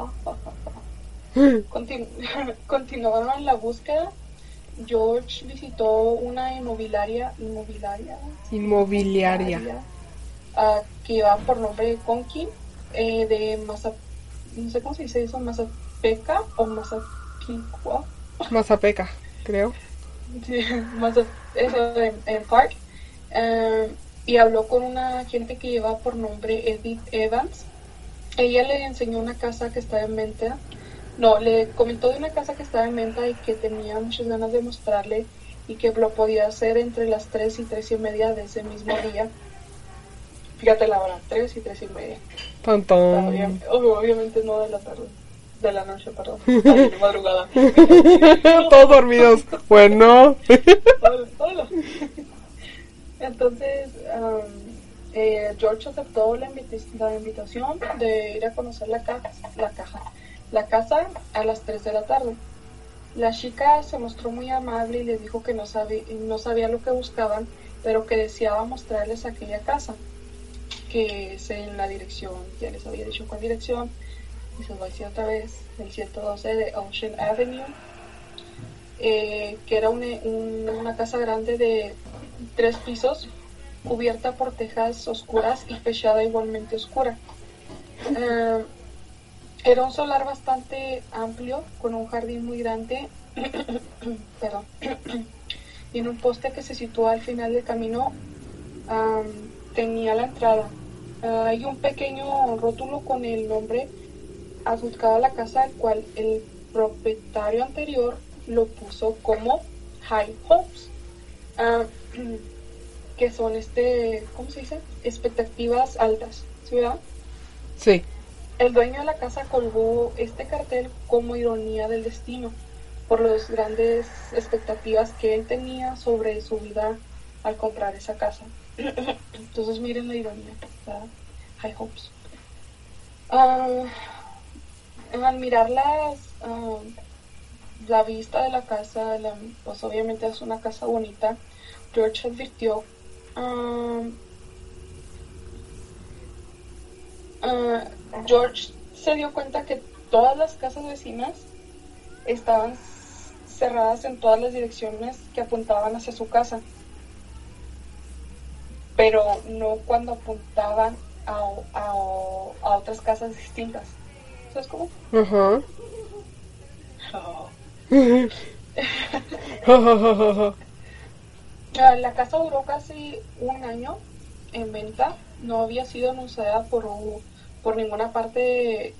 Continu- continuaron en la búsqueda. George visitó una inmobiliaria inmobiliaria inmobiliaria, inmobiliaria uh, que lleva por nombre Conky, eh, de Mazap- no sé cómo se dice eso, Mazapeca o Mazapicua, Mazapeca, creo. Sí, más o- eso en, en Park. Eh, y habló con una agente que lleva por nombre Edith Evans. Ella le enseñó una casa que estaba en venta. No, le comentó de una casa que estaba en venta y que tenía muchas ganas de mostrarle y que lo podía hacer entre las tres y tres y media de ese mismo día. Fíjate la hora, tres y tres y media. Tan, O sea, tan. obvia- ob- obviamente no de la tarde, de la noche, perdón, de la madrugada. Todos dormidos. Bueno. Hola, hola. Entonces, um, eh, George aceptó la, invita- la invitación de ir a conocer la, ca- la caja, la casa a las tres de la tarde. La chica se mostró muy amable y les dijo que no, sabe, no sabía lo que buscaban, pero que deseaba mostrarles aquella casa, que es en la dirección, ya les había dicho cuál dirección, y se lo voy a decir otra vez, el ciento doce de Ocean Avenue, eh, que era una, un- una casa grande de tres pisos, cubierta por tejas oscuras y techada igualmente oscura. Eh, era un solar bastante amplio, con un jardín muy grande, perdón, y en un poste que se sitúa al final del camino um, tenía la entrada. Uh, hay un pequeño rótulo con el nombre adjudicado a la casa, al cual el propietario anterior lo puso como High Hopes, uh, que son este, ¿cómo se dice? Expectativas altas, ¿sí, verdad? Sí. El dueño de la casa colgó este cartel como ironía del destino, por las grandes expectativas que él tenía sobre su vida al comprar esa casa. Entonces miren la ironía, ¿verdad? High hopes. Uh, al mirar las, uh, la vista de la casa, la, pues obviamente es una casa bonita, George advirtió uh, uh, George se dio cuenta que todas las casas vecinas estaban cerradas en todas las direcciones que apuntaban hacia su casa, pero no cuando apuntaban a, a, a otras casas distintas. ¿Sabes cómo? Ajá. Oh. Uh-huh. La casa duró casi un año en venta, no había sido anunciada por, por ninguna parte.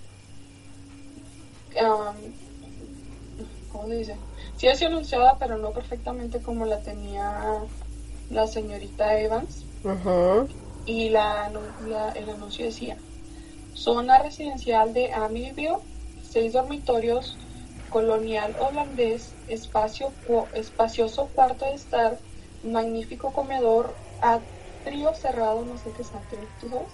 Um, ¿Cómo se dice? Sí ha sido anunciada, pero no perfectamente como la tenía la señorita Evans. Ajá. Y la, la, el anuncio decía: zona residencial de Amityville, seis dormitorios, colonial holandés, espacio, espacioso cuarto de estar, magnífico comedor, atrio cerrado, no sé qué es atrio, ¿tú sabes?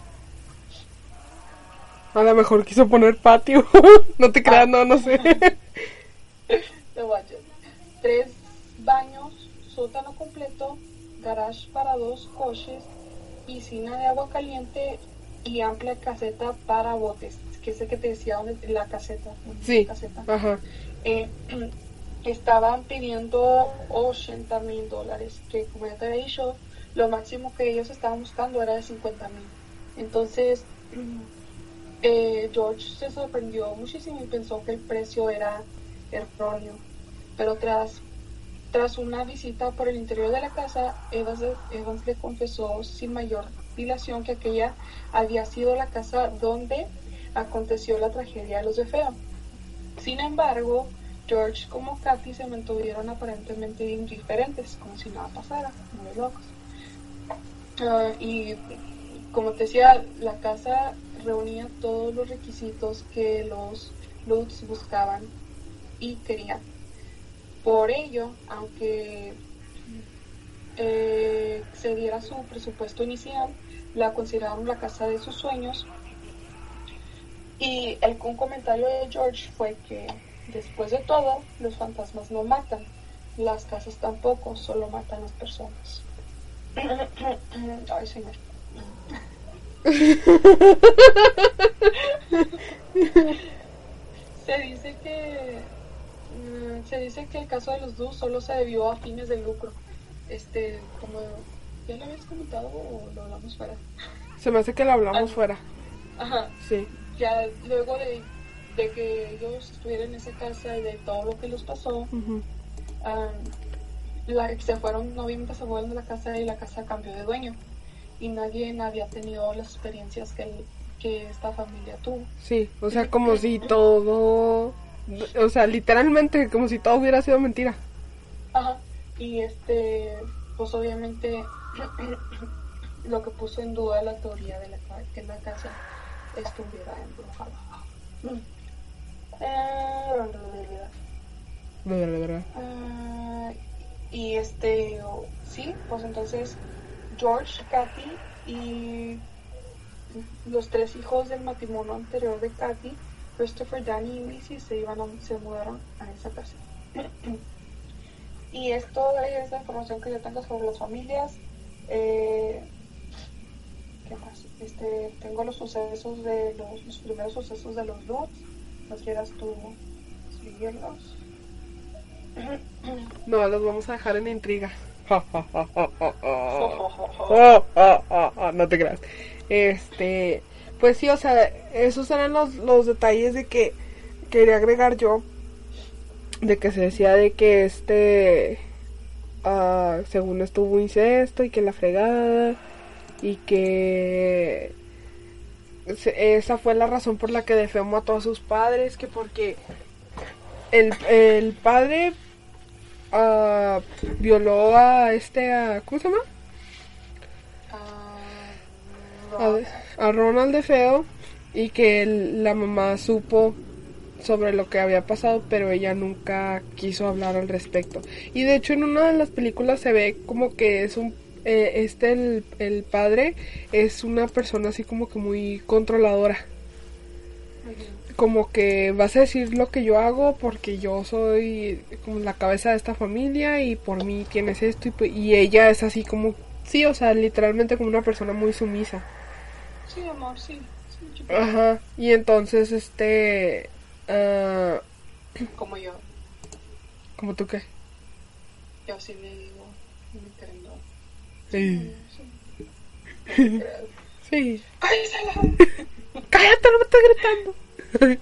A lo mejor quiso poner patio. No te creas, Ah. no, no sé. Te vayas. Tres baños, sótano completo, garage para dos coches, piscina de agua caliente y amplia caseta para botes. Que sé que te decía donde, la caseta. Sí. Caseta. Ajá. Eh, estaban pidiendo ochenta mil dólares, que como ya te había dicho, lo máximo que ellos estaban buscando era de cincuenta mil. Entonces, eh, George se sorprendió muchísimo y pensó que el precio era erróneo. Pero tras, tras una visita por el interior de la casa, Evans, Evans le confesó sin mayor dilación que aquella había sido la casa donde aconteció la tragedia de los de Feo. Sin embargo, George como Kathy se mantuvieron aparentemente indiferentes, como si nada pasara, muy locos. Uh, y como te decía, la casa reunía todos los requisitos que los Lutz buscaban y querían. Por ello, aunque eh, se diera su presupuesto inicial, la consideraron la casa de sus sueños. Y el, un comentario de George fue que, después de todo, los fantasmas no matan, las casas tampoco, solo matan a las personas. Ay, señor. Se dice que mm, se dice que el caso de los Dust solo se debió a fines de lucro. Este, como ya lo habías comentado o lo hablamos fuera. Se me hace que lo hablamos Ah. fuera. Ajá. Sí. Ya luego de de que ellos estuvieran en esa casa y de todo lo que les pasó, Ujú. um, la, se fueron, obviamente se fueron de la casa y la casa cambió de dueño. Y nadie había tenido las experiencias que, el, que esta familia tuvo. Sí, o sea, como si todo... O sea, literalmente, como si todo hubiera sido mentira. Ajá. Y este, pues obviamente lo que puso en duda la teoría de la, que la casa estuviera embrujada. De verdad. Uh, y este, oh, sí, pues entonces George, Kathy y los tres hijos del matrimonio anterior de Kathy, Christopher, Danny y Lizzie, se iban a, se mudaron a esa casa. Y esto es la información que yo tengo sobre las familias. Eh, ¿Qué más? Este, tengo los sucesos de los, los primeros sucesos de los Lutz. ¿No quieras tú seguirlos? No, los vamos a dejar en intriga. No te creas. Este, pues sí, o sea, esos eran los, los detalles de que quería agregar yo. De que se decía de que este, uh, según estuvo incesto y que la fregada. Y que se, esa fue la razón por la que Defeo mató a sus padres. Que porque el, el padre uh, violó a este, a, ¿cómo se llama? Uh, A, a Ronald Defeo. Y que el, la mamá supo sobre lo que había pasado, pero ella nunca quiso hablar al respecto. Y de hecho en una de las películas se ve como que es un eh, este el, el padre es una persona así como que muy controladora. Uh-huh. Como que vas a decir lo que yo hago porque yo soy como la cabeza de esta familia y por mí tienes esto y, y ella es así como sí, o sea, literalmente como una persona muy sumisa. Sí, amor, sí. sí Ajá. Y entonces este Uh, como yo. ¿Cómo tú qué? Yo sí le digo, me creen. Sí. Sí. Sí. ¡Cállate! ¡Cállate, no me estás gritando!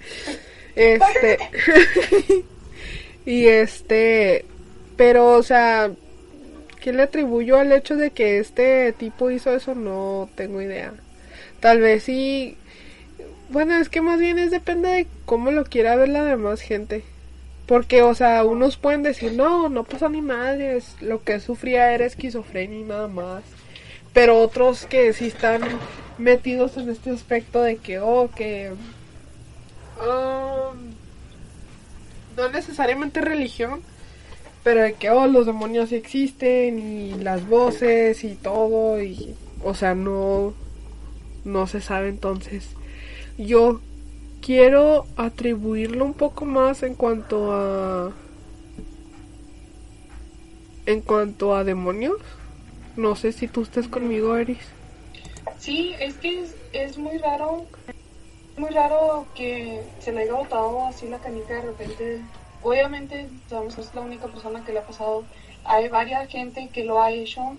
Este. Y este. Pero, o sea, ¿qué le atribuyo al hecho de que este tipo hizo eso? No tengo idea. Tal vez sí. Bueno, es que más bien es depende de cómo lo quiera ver la demás gente. Porque, o sea, unos pueden decir, no, no pasa ni madre, es, lo que sufría era esquizofrenia y nada más. Pero otros que sí están metidos en este aspecto de que, oh, que... Um, no necesariamente religión, pero de que, oh, los demonios sí existen y las voces y todo, y, o sea, no, no se sabe entonces... Yo quiero atribuirlo un poco más en cuanto a... En cuanto a demonios. No sé si tú estés conmigo, Eris. Sí, es que es, es muy raro. Muy raro que se le haya botado así la canica de repente. Obviamente, sabemos que es la única persona que le ha pasado. Hay varias gente que lo ha hecho.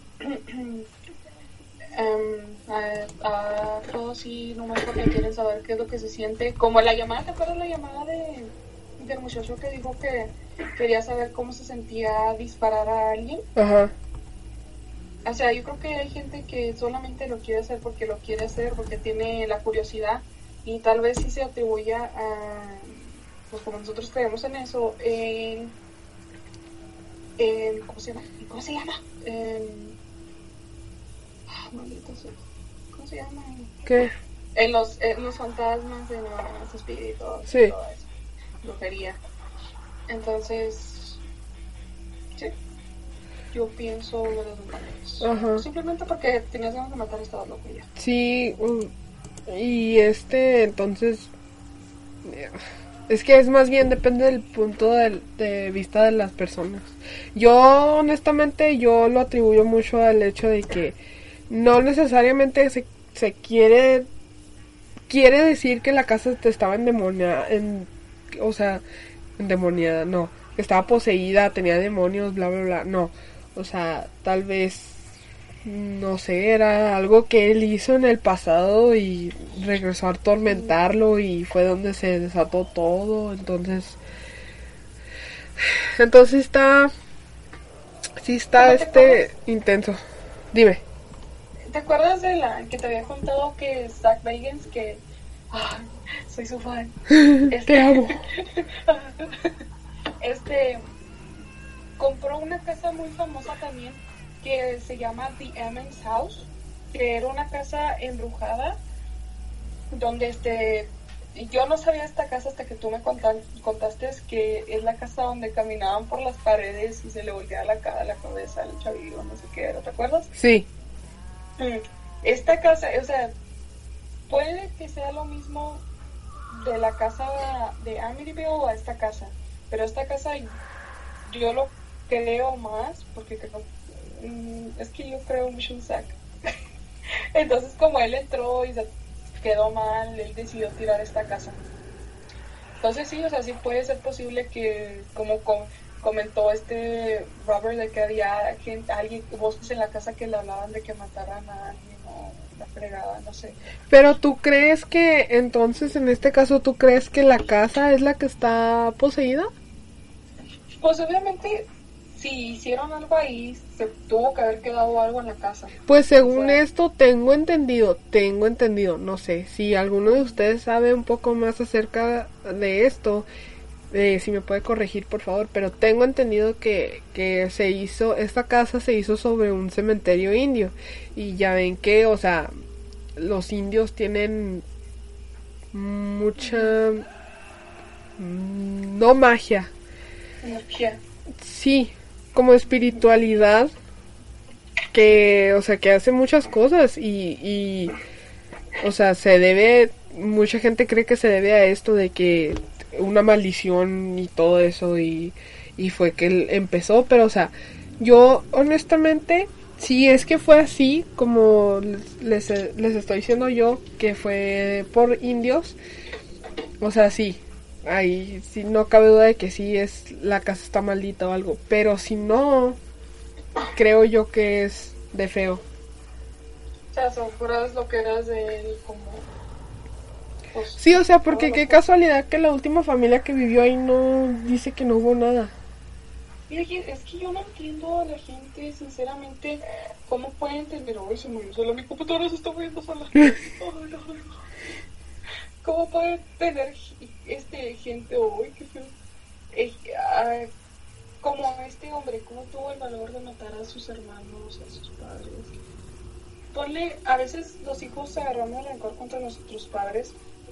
Um, a, a todos sí, nomás porque quieren saber qué es lo que se siente. Como la llamada, ¿te acuerdas la llamada de del muchacho que dijo que quería saber cómo se sentía disparar a alguien? Ajá. O sea, yo creo que hay gente que solamente lo quiere hacer porque lo quiere hacer, porque tiene la curiosidad y tal vez sí se atribuya a, pues como nosotros creemos en eso, en, en ¿cómo se llama? ¿Cómo se llama? En, ¿Cómo se llama? ¿Qué? En los, en los fantasmas, en los espíritus, sí. Todo eso. Brujería. Entonces, sí. Yo pienso de los demonios. Ajá. Simplemente porque tenías ganas de matar, estaba loco ya. Sí. Um, y este, entonces... Es que es más bien depende del punto de, de vista de las personas. Yo, honestamente, yo lo atribuyo mucho al hecho de que no necesariamente se, se quiere quiere decir que la casa te estaba endemoniada, en, o sea, endemoniada, no, estaba poseída, tenía demonios, bla bla bla, no, o sea, tal vez no sé, era algo que él hizo en el pasado y regresó a atormentarlo y fue donde se desató todo. Entonces, entonces está, sí está este intenso. Dime. ¿Te acuerdas de la que te había contado que Zach Bagans, que ah, soy su fan? Este, Te amo. Este compró una casa muy famosa también que se llama The Emmons House, que era una casa embrujada donde este yo no sabía esta casa hasta que tú me contan, contaste que es la casa donde caminaban por las paredes y se le volteaba la, cara, la cabeza al chavillo, no sé qué era, ¿te acuerdas? Sí. Esta casa, o sea, puede que sea lo mismo de la casa de Amityville o a esta casa, pero esta casa yo lo creo más porque creo, es que yo creo mucho en Zack. Entonces, como él entró y se quedó mal, él decidió tirar esta casa. Entonces sí, o sea, sí puede ser posible que, como com- comentó este Robert, de que había gente, alguien, voces en la casa que le hablaban de que mataran a alguien o la fregada, no sé. Pero tú crees que, entonces, en este caso, ¿tú crees que la casa es la que está poseída? Pues obviamente, si hicieron algo ahí, se tuvo que haber quedado algo en la casa. Pues según O sea, esto, tengo entendido, tengo entendido, no sé, si alguno de ustedes sabe un poco más acerca de esto, eh, si me puede corregir por favor, pero tengo entendido que, que se hizo, esta casa se hizo sobre un cementerio indio, y ya ven que, o sea, los indios tienen mucha, mm, no magia, energía. sí, como espiritualidad, que, o sea, que hace muchas cosas y, y, o sea, se debe, mucha gente cree que se debe a esto de que una maldición y todo eso y, y fue que él empezó, pero, o sea, yo honestamente, si es que fue así, como les, les estoy diciendo yo, que fue por indios, o sea, sí, ahí sí no cabe duda de que sí es, la casa está maldita o algo, pero si no, creo yo que es de feo. O sea, son puras loqueras de él, como... Pues, Sí, o sea, porque todo qué lo que- casualidad que la última familia que vivió ahí no dice que no hubo nada. Y oye, es que yo no entiendo a la gente, sinceramente, cómo pueden entender, hoy se murió sola, mi computadora se está muriendo sola. Ay, no, no. ¿Cómo puede tener este gente hoy que fue eh, ah, como este hombre, cómo tuvo el valor de matar a sus hermanos, a sus padres? Ponle, a veces los hijos agarramos rencor contra nuestros padres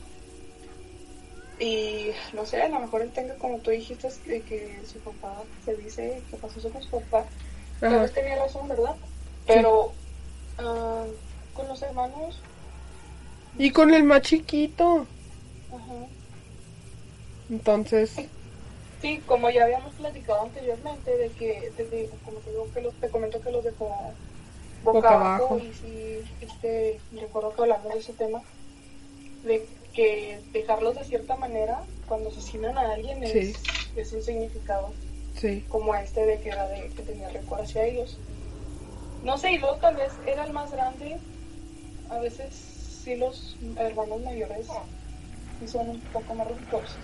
y no sé, a lo mejor él tenga, como tú dijiste, que, que su papá se dice que pasó eso con su papá, tal Ajá. vez tenía razón, ¿verdad? Pero ah, con los hermanos, Y con el más chiquito. ajá. Entonces, Sí, como ya habíamos platicado anteriormente, de que, de, de- como te digo, que los, te comento que los dejó boca, Boca abajo, abajo. y sí, este, recuerdo que hablamos de ese tema, de que dejarlos de cierta manera, cuando asesinan a alguien, es, Sí. es un significado, sí. como este de que era de que tenía rencor hacia ellos. No sé, y luego tal vez era el más grande, a veces sí los hermanos mayores sí son un poco más rencorosos.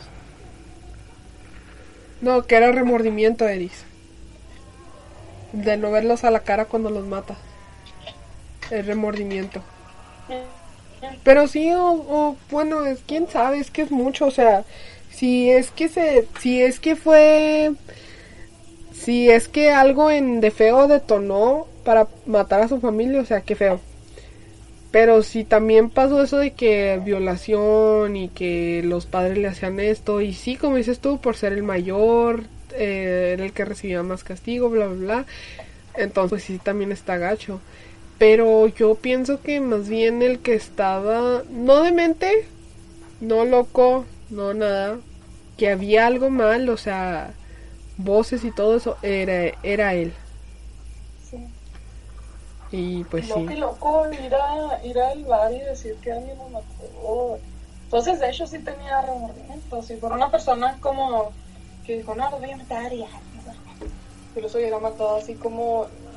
No, que era remordimiento, Eris. De no verlos a la cara cuando los mata. El remordimiento. Pero sí, o, o bueno, es quién sabe, es que es mucho, o sea, si es que se, si es que fue, si es que algo en de feo detonó para matar a su familia, o sea, qué feo. Pero si también pasó eso de que violación y que los padres le hacían esto, y sí, como dices tú, por ser el mayor, eh, era el que recibía más castigo, bla, bla, bla, entonces pues sí, también está gacho. Pero yo pienso que más bien el que estaba, no demente, no loco, no nada, que había algo mal, o sea, voces y todo eso, era, era él. Sí. Y pues No, sí. qué loco ir, a, ir al bar y decir que alguien lo mató. Entonces, de hecho, sí tenía remordimiento. Si fuera una persona como que dijo, no, lo voy a matar y ya. Que los hubiera matado así como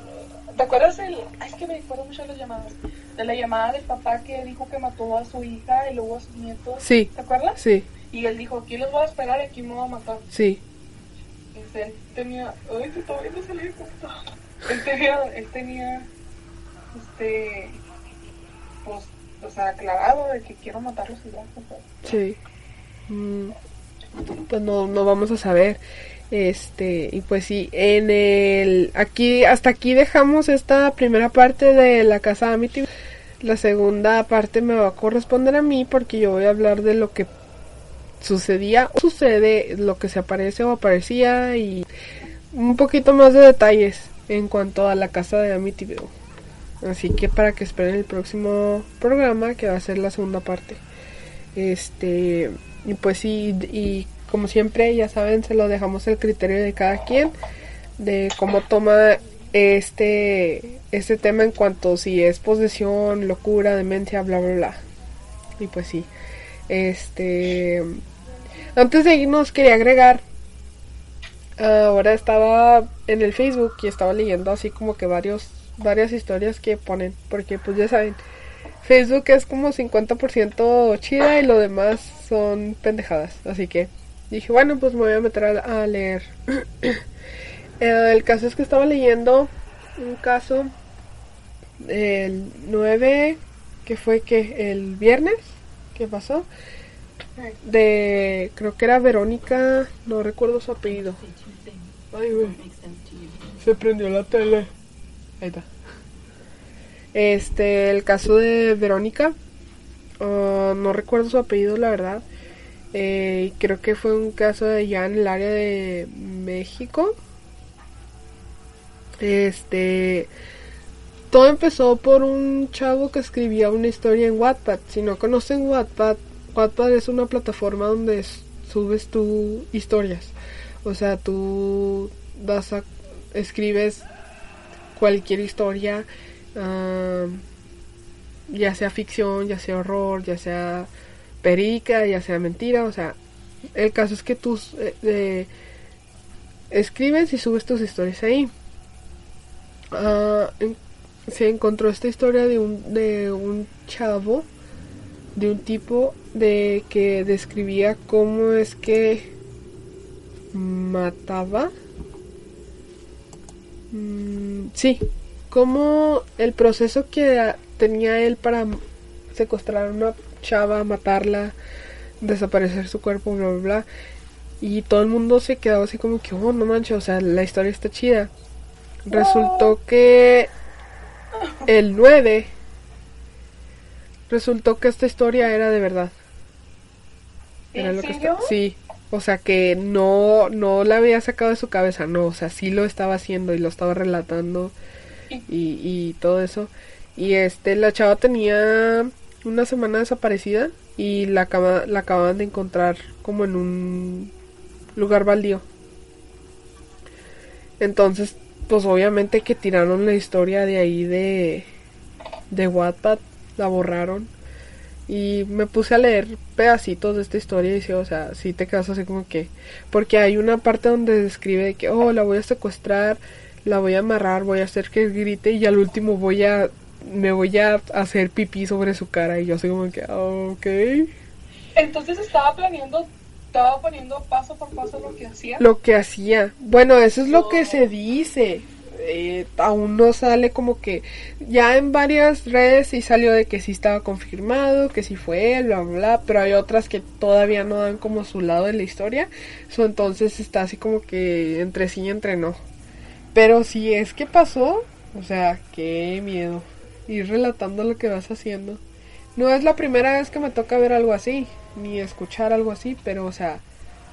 ¿Te acuerdas el, ay, es que me acuerdo mucho de las llamadas, de la llamada del papá que dijo que mató a su hija y luego a sus nietos? Sí. ¿Te acuerdas? Sí. Y él dijo, aquí los voy a esperar y aquí me voy a matar. Sí. Este, él tenía, ay, que todavía no se le corta. Él tenía, él tenía, este, pues, o sea, clavado de que quiero matarlos y ya. Pues. Sí. Mm, pues no, no vamos a saber. Este, y pues sí, en el, aquí, hasta aquí dejamos esta primera parte de la casa de Amityville. La segunda parte me va a corresponder a mí porque yo voy a hablar de lo que sucedía, o sucede, lo que se aparece o aparecía y un poquito más de detalles en cuanto a la casa de Amityville. Así que para que esperen el próximo programa que va a ser la segunda parte. Este, y pues sí, y como siempre, ya saben, se lo dejamos el criterio de cada quien, de cómo toma este, este tema en cuanto si es posesión, locura, demencia, bla, bla, bla. Y pues sí, este, antes de irnos quería agregar, ahora estaba en el Facebook y estaba leyendo así como que varios, varias historias que ponen, porque pues ya saben, Facebook es como cincuenta por ciento chida y lo demás son pendejadas, así que dije, bueno, pues me voy a meter a, a leer. El caso es que estaba leyendo un caso el nueve, que fue que el viernes, ¿qué pasó? De, creo que era Verónica, no recuerdo su apellido. Ay, güey, se prendió la tele. Ahí está. Este, el caso de Verónica, uh, no recuerdo su apellido, la verdad. Eh, creo que fue un caso de allá en el área de México. Este, todo empezó por un chavo que escribía una historia en Wattpad. Si no conocen Wattpad, Wattpad es una plataforma donde subes tu historias. O sea, tú das a, escribes cualquier historia, uh, ya sea ficción, ya sea horror, ya sea perica, ya sea mentira, o sea, el caso es que tú eh, eh, escribes y subes tus historias ahí. Uh, en, se encontró esta historia de un de un chavo, de un tipo de que describía cómo es que mataba, mm, sí, cómo el proceso que tenía él para secuestrar a una chava, matarla, desaparecer su cuerpo, bla, bla, bla. Y todo el mundo se quedaba así como que, oh, no manches, o sea, la historia está chida. Resultó que el nueve, resultó que esta historia era de verdad. Era ¿En lo que serio? está, sí, o sea, que no, no la había sacado de su cabeza, no, o sea, sí lo estaba haciendo y lo estaba relatando y, y todo eso. Y este, la chava tenía una semana desaparecida y la, acaba, la acaban de encontrar como en un lugar baldío. Entonces, pues obviamente que tiraron la historia de ahí de, de Wattpad, la borraron. Y me puse a leer pedacitos de esta historia y decía, o sea, sí te quedas así como que... Porque hay una parte donde describe de que, oh, la voy a secuestrar, la voy a amarrar, voy a hacer que grite y al último voy a... me voy a hacer pipí sobre su cara. Y yo así como que, oh, ok. Entonces estaba planeando, estaba poniendo paso por paso lo que hacía. Lo que hacía. Bueno, eso es lo que se dice. Eh, aún no sale como que... Ya en varias redes sí salió de que sí estaba confirmado, que sí fue él, bla, bla, bla. Pero hay otras que todavía no dan como su lado de la historia. So, entonces está así como que entre sí y entre no. Pero si es que pasó, o sea, qué miedo. Ir relatando lo que vas haciendo. No es la primera vez que me toca ver algo así, ni escuchar algo así, pero o sea,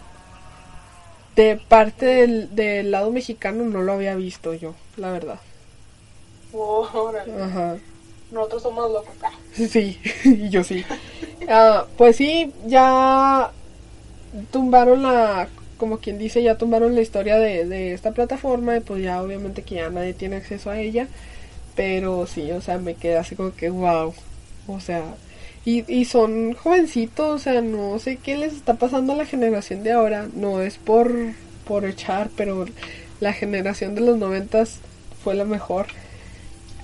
de parte del, del lado mexicano no lo había visto yo, la verdad. Oh, órale. Ajá. Nosotros somos locos. Sí, y yo sí. Uh, pues sí, ya tumbaron la, como quien dice, ya tumbaron la historia de, de esta plataforma y pues ya obviamente que ya nadie tiene acceso a ella. Pero sí, o sea, me quedé así como que wow. O sea, y, y son jovencitos, o sea, no sé qué les está pasando a la generación de ahora. No es por, por echar, pero la generación de los noventas fue la mejor.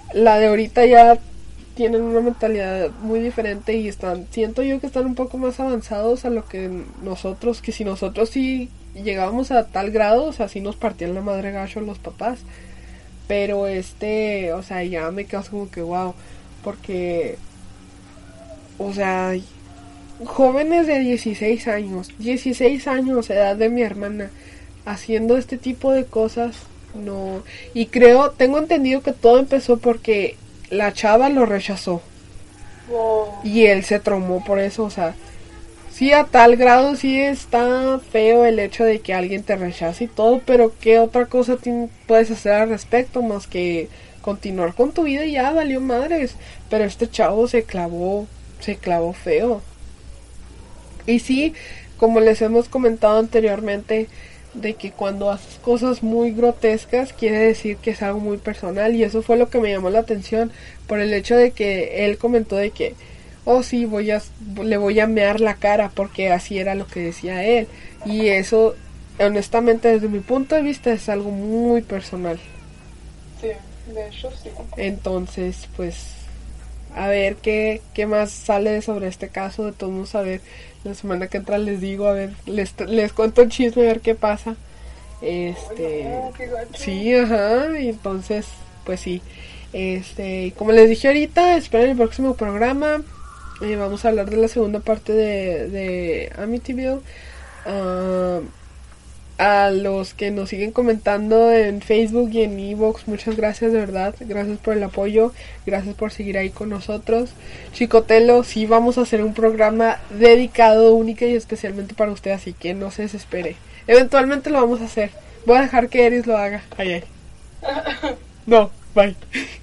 la de ahorita ya tienen una mentalidad muy diferente y están, siento yo que están un poco más avanzados a lo que nosotros, que si nosotros sí llegábamos a tal grado, o sea, sí nos partían la madre gacho los papás, pero este, o sea, ya me quedo como que wow, porque, o sea, jóvenes de dieciséis años, dieciséis años, edad de mi hermana, haciendo este tipo de cosas, no, y creo, tengo entendido que todo empezó porque la chava lo rechazó. Wow. Y él se traumó por eso, o sea, sí a tal grado sí está feo el hecho de que alguien te rechace y todo, pero ¿qué otra cosa t- puedes hacer al respecto más que continuar con tu vida y ya valió madres? Pero este chavo se clavó, se clavó feo. Y sí, como les hemos comentado anteriormente, de que cuando haces cosas muy grotescas quiere decir que es algo muy personal, y eso fue lo que me llamó la atención por el hecho de que él comentó de que oh sí, voy a le voy a mear la cara, porque así era lo que decía él, y eso honestamente desde mi punto de vista es algo muy personal. Sí, de hecho sí. Entonces pues a ver qué, qué más sale sobre este caso. De todos modos, a ver, la semana que entra les digo, a ver, les, les cuento el chisme, a ver qué pasa. Este, Ay, no, qué gacho. sí, ajá, y entonces, pues sí. Este, como les dije ahorita, esperen el próximo programa. Eh, vamos a hablar de la segunda parte de, de Amityville. Uh, a los que nos siguen comentando en Facebook y en Evox, muchas gracias, de verdad, gracias por el apoyo, gracias por seguir ahí con nosotros. Chicotelo, sí vamos a hacer un programa dedicado única y especialmente para usted, así que no se desespere, eventualmente lo vamos a hacer. Voy a dejar que Eris lo haga. Ay, ay. No, bye.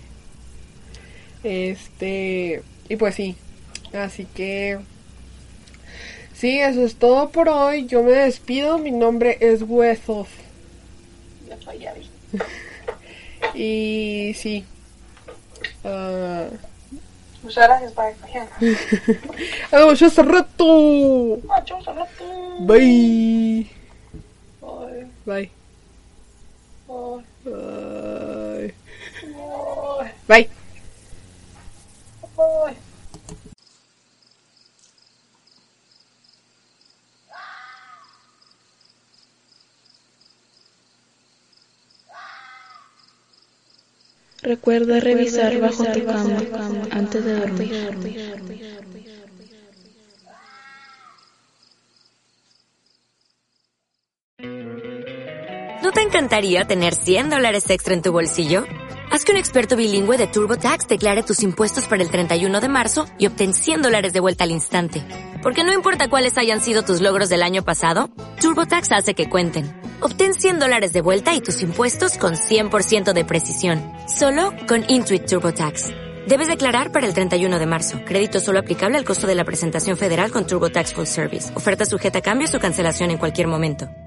Este, y pues sí, así que sí, eso es todo por hoy. Yo me despido. Mi nombre es Huesos. Ya fallé. Y sí. Uh... Muchas gracias por acompañarnos. ¡Adiós hace rato! Adiós hace rato. Bye. Bye. Bye. Bye. Bye. Bye. Bye. Bye. Recuerda revisar bajo tu cama antes de dormir. ¿No te encantaría tener cien dólares extra en tu bolsillo? Haz que un experto bilingüe de TurboTax declare tus impuestos para el treinta y uno de marzo y obtén cien dólares de vuelta al instante. Porque no importa cuáles hayan sido tus logros del año pasado, TurboTax hace que cuenten. Obtén cien dólares de vuelta y tus impuestos con cien por ciento de precisión. Solo con Intuit TurboTax. Debes declarar para el treinta y uno de marzo. Crédito solo aplicable al costo de la presentación federal con TurboTax Full Service. Oferta sujeta a cambios o cancelación en cualquier momento.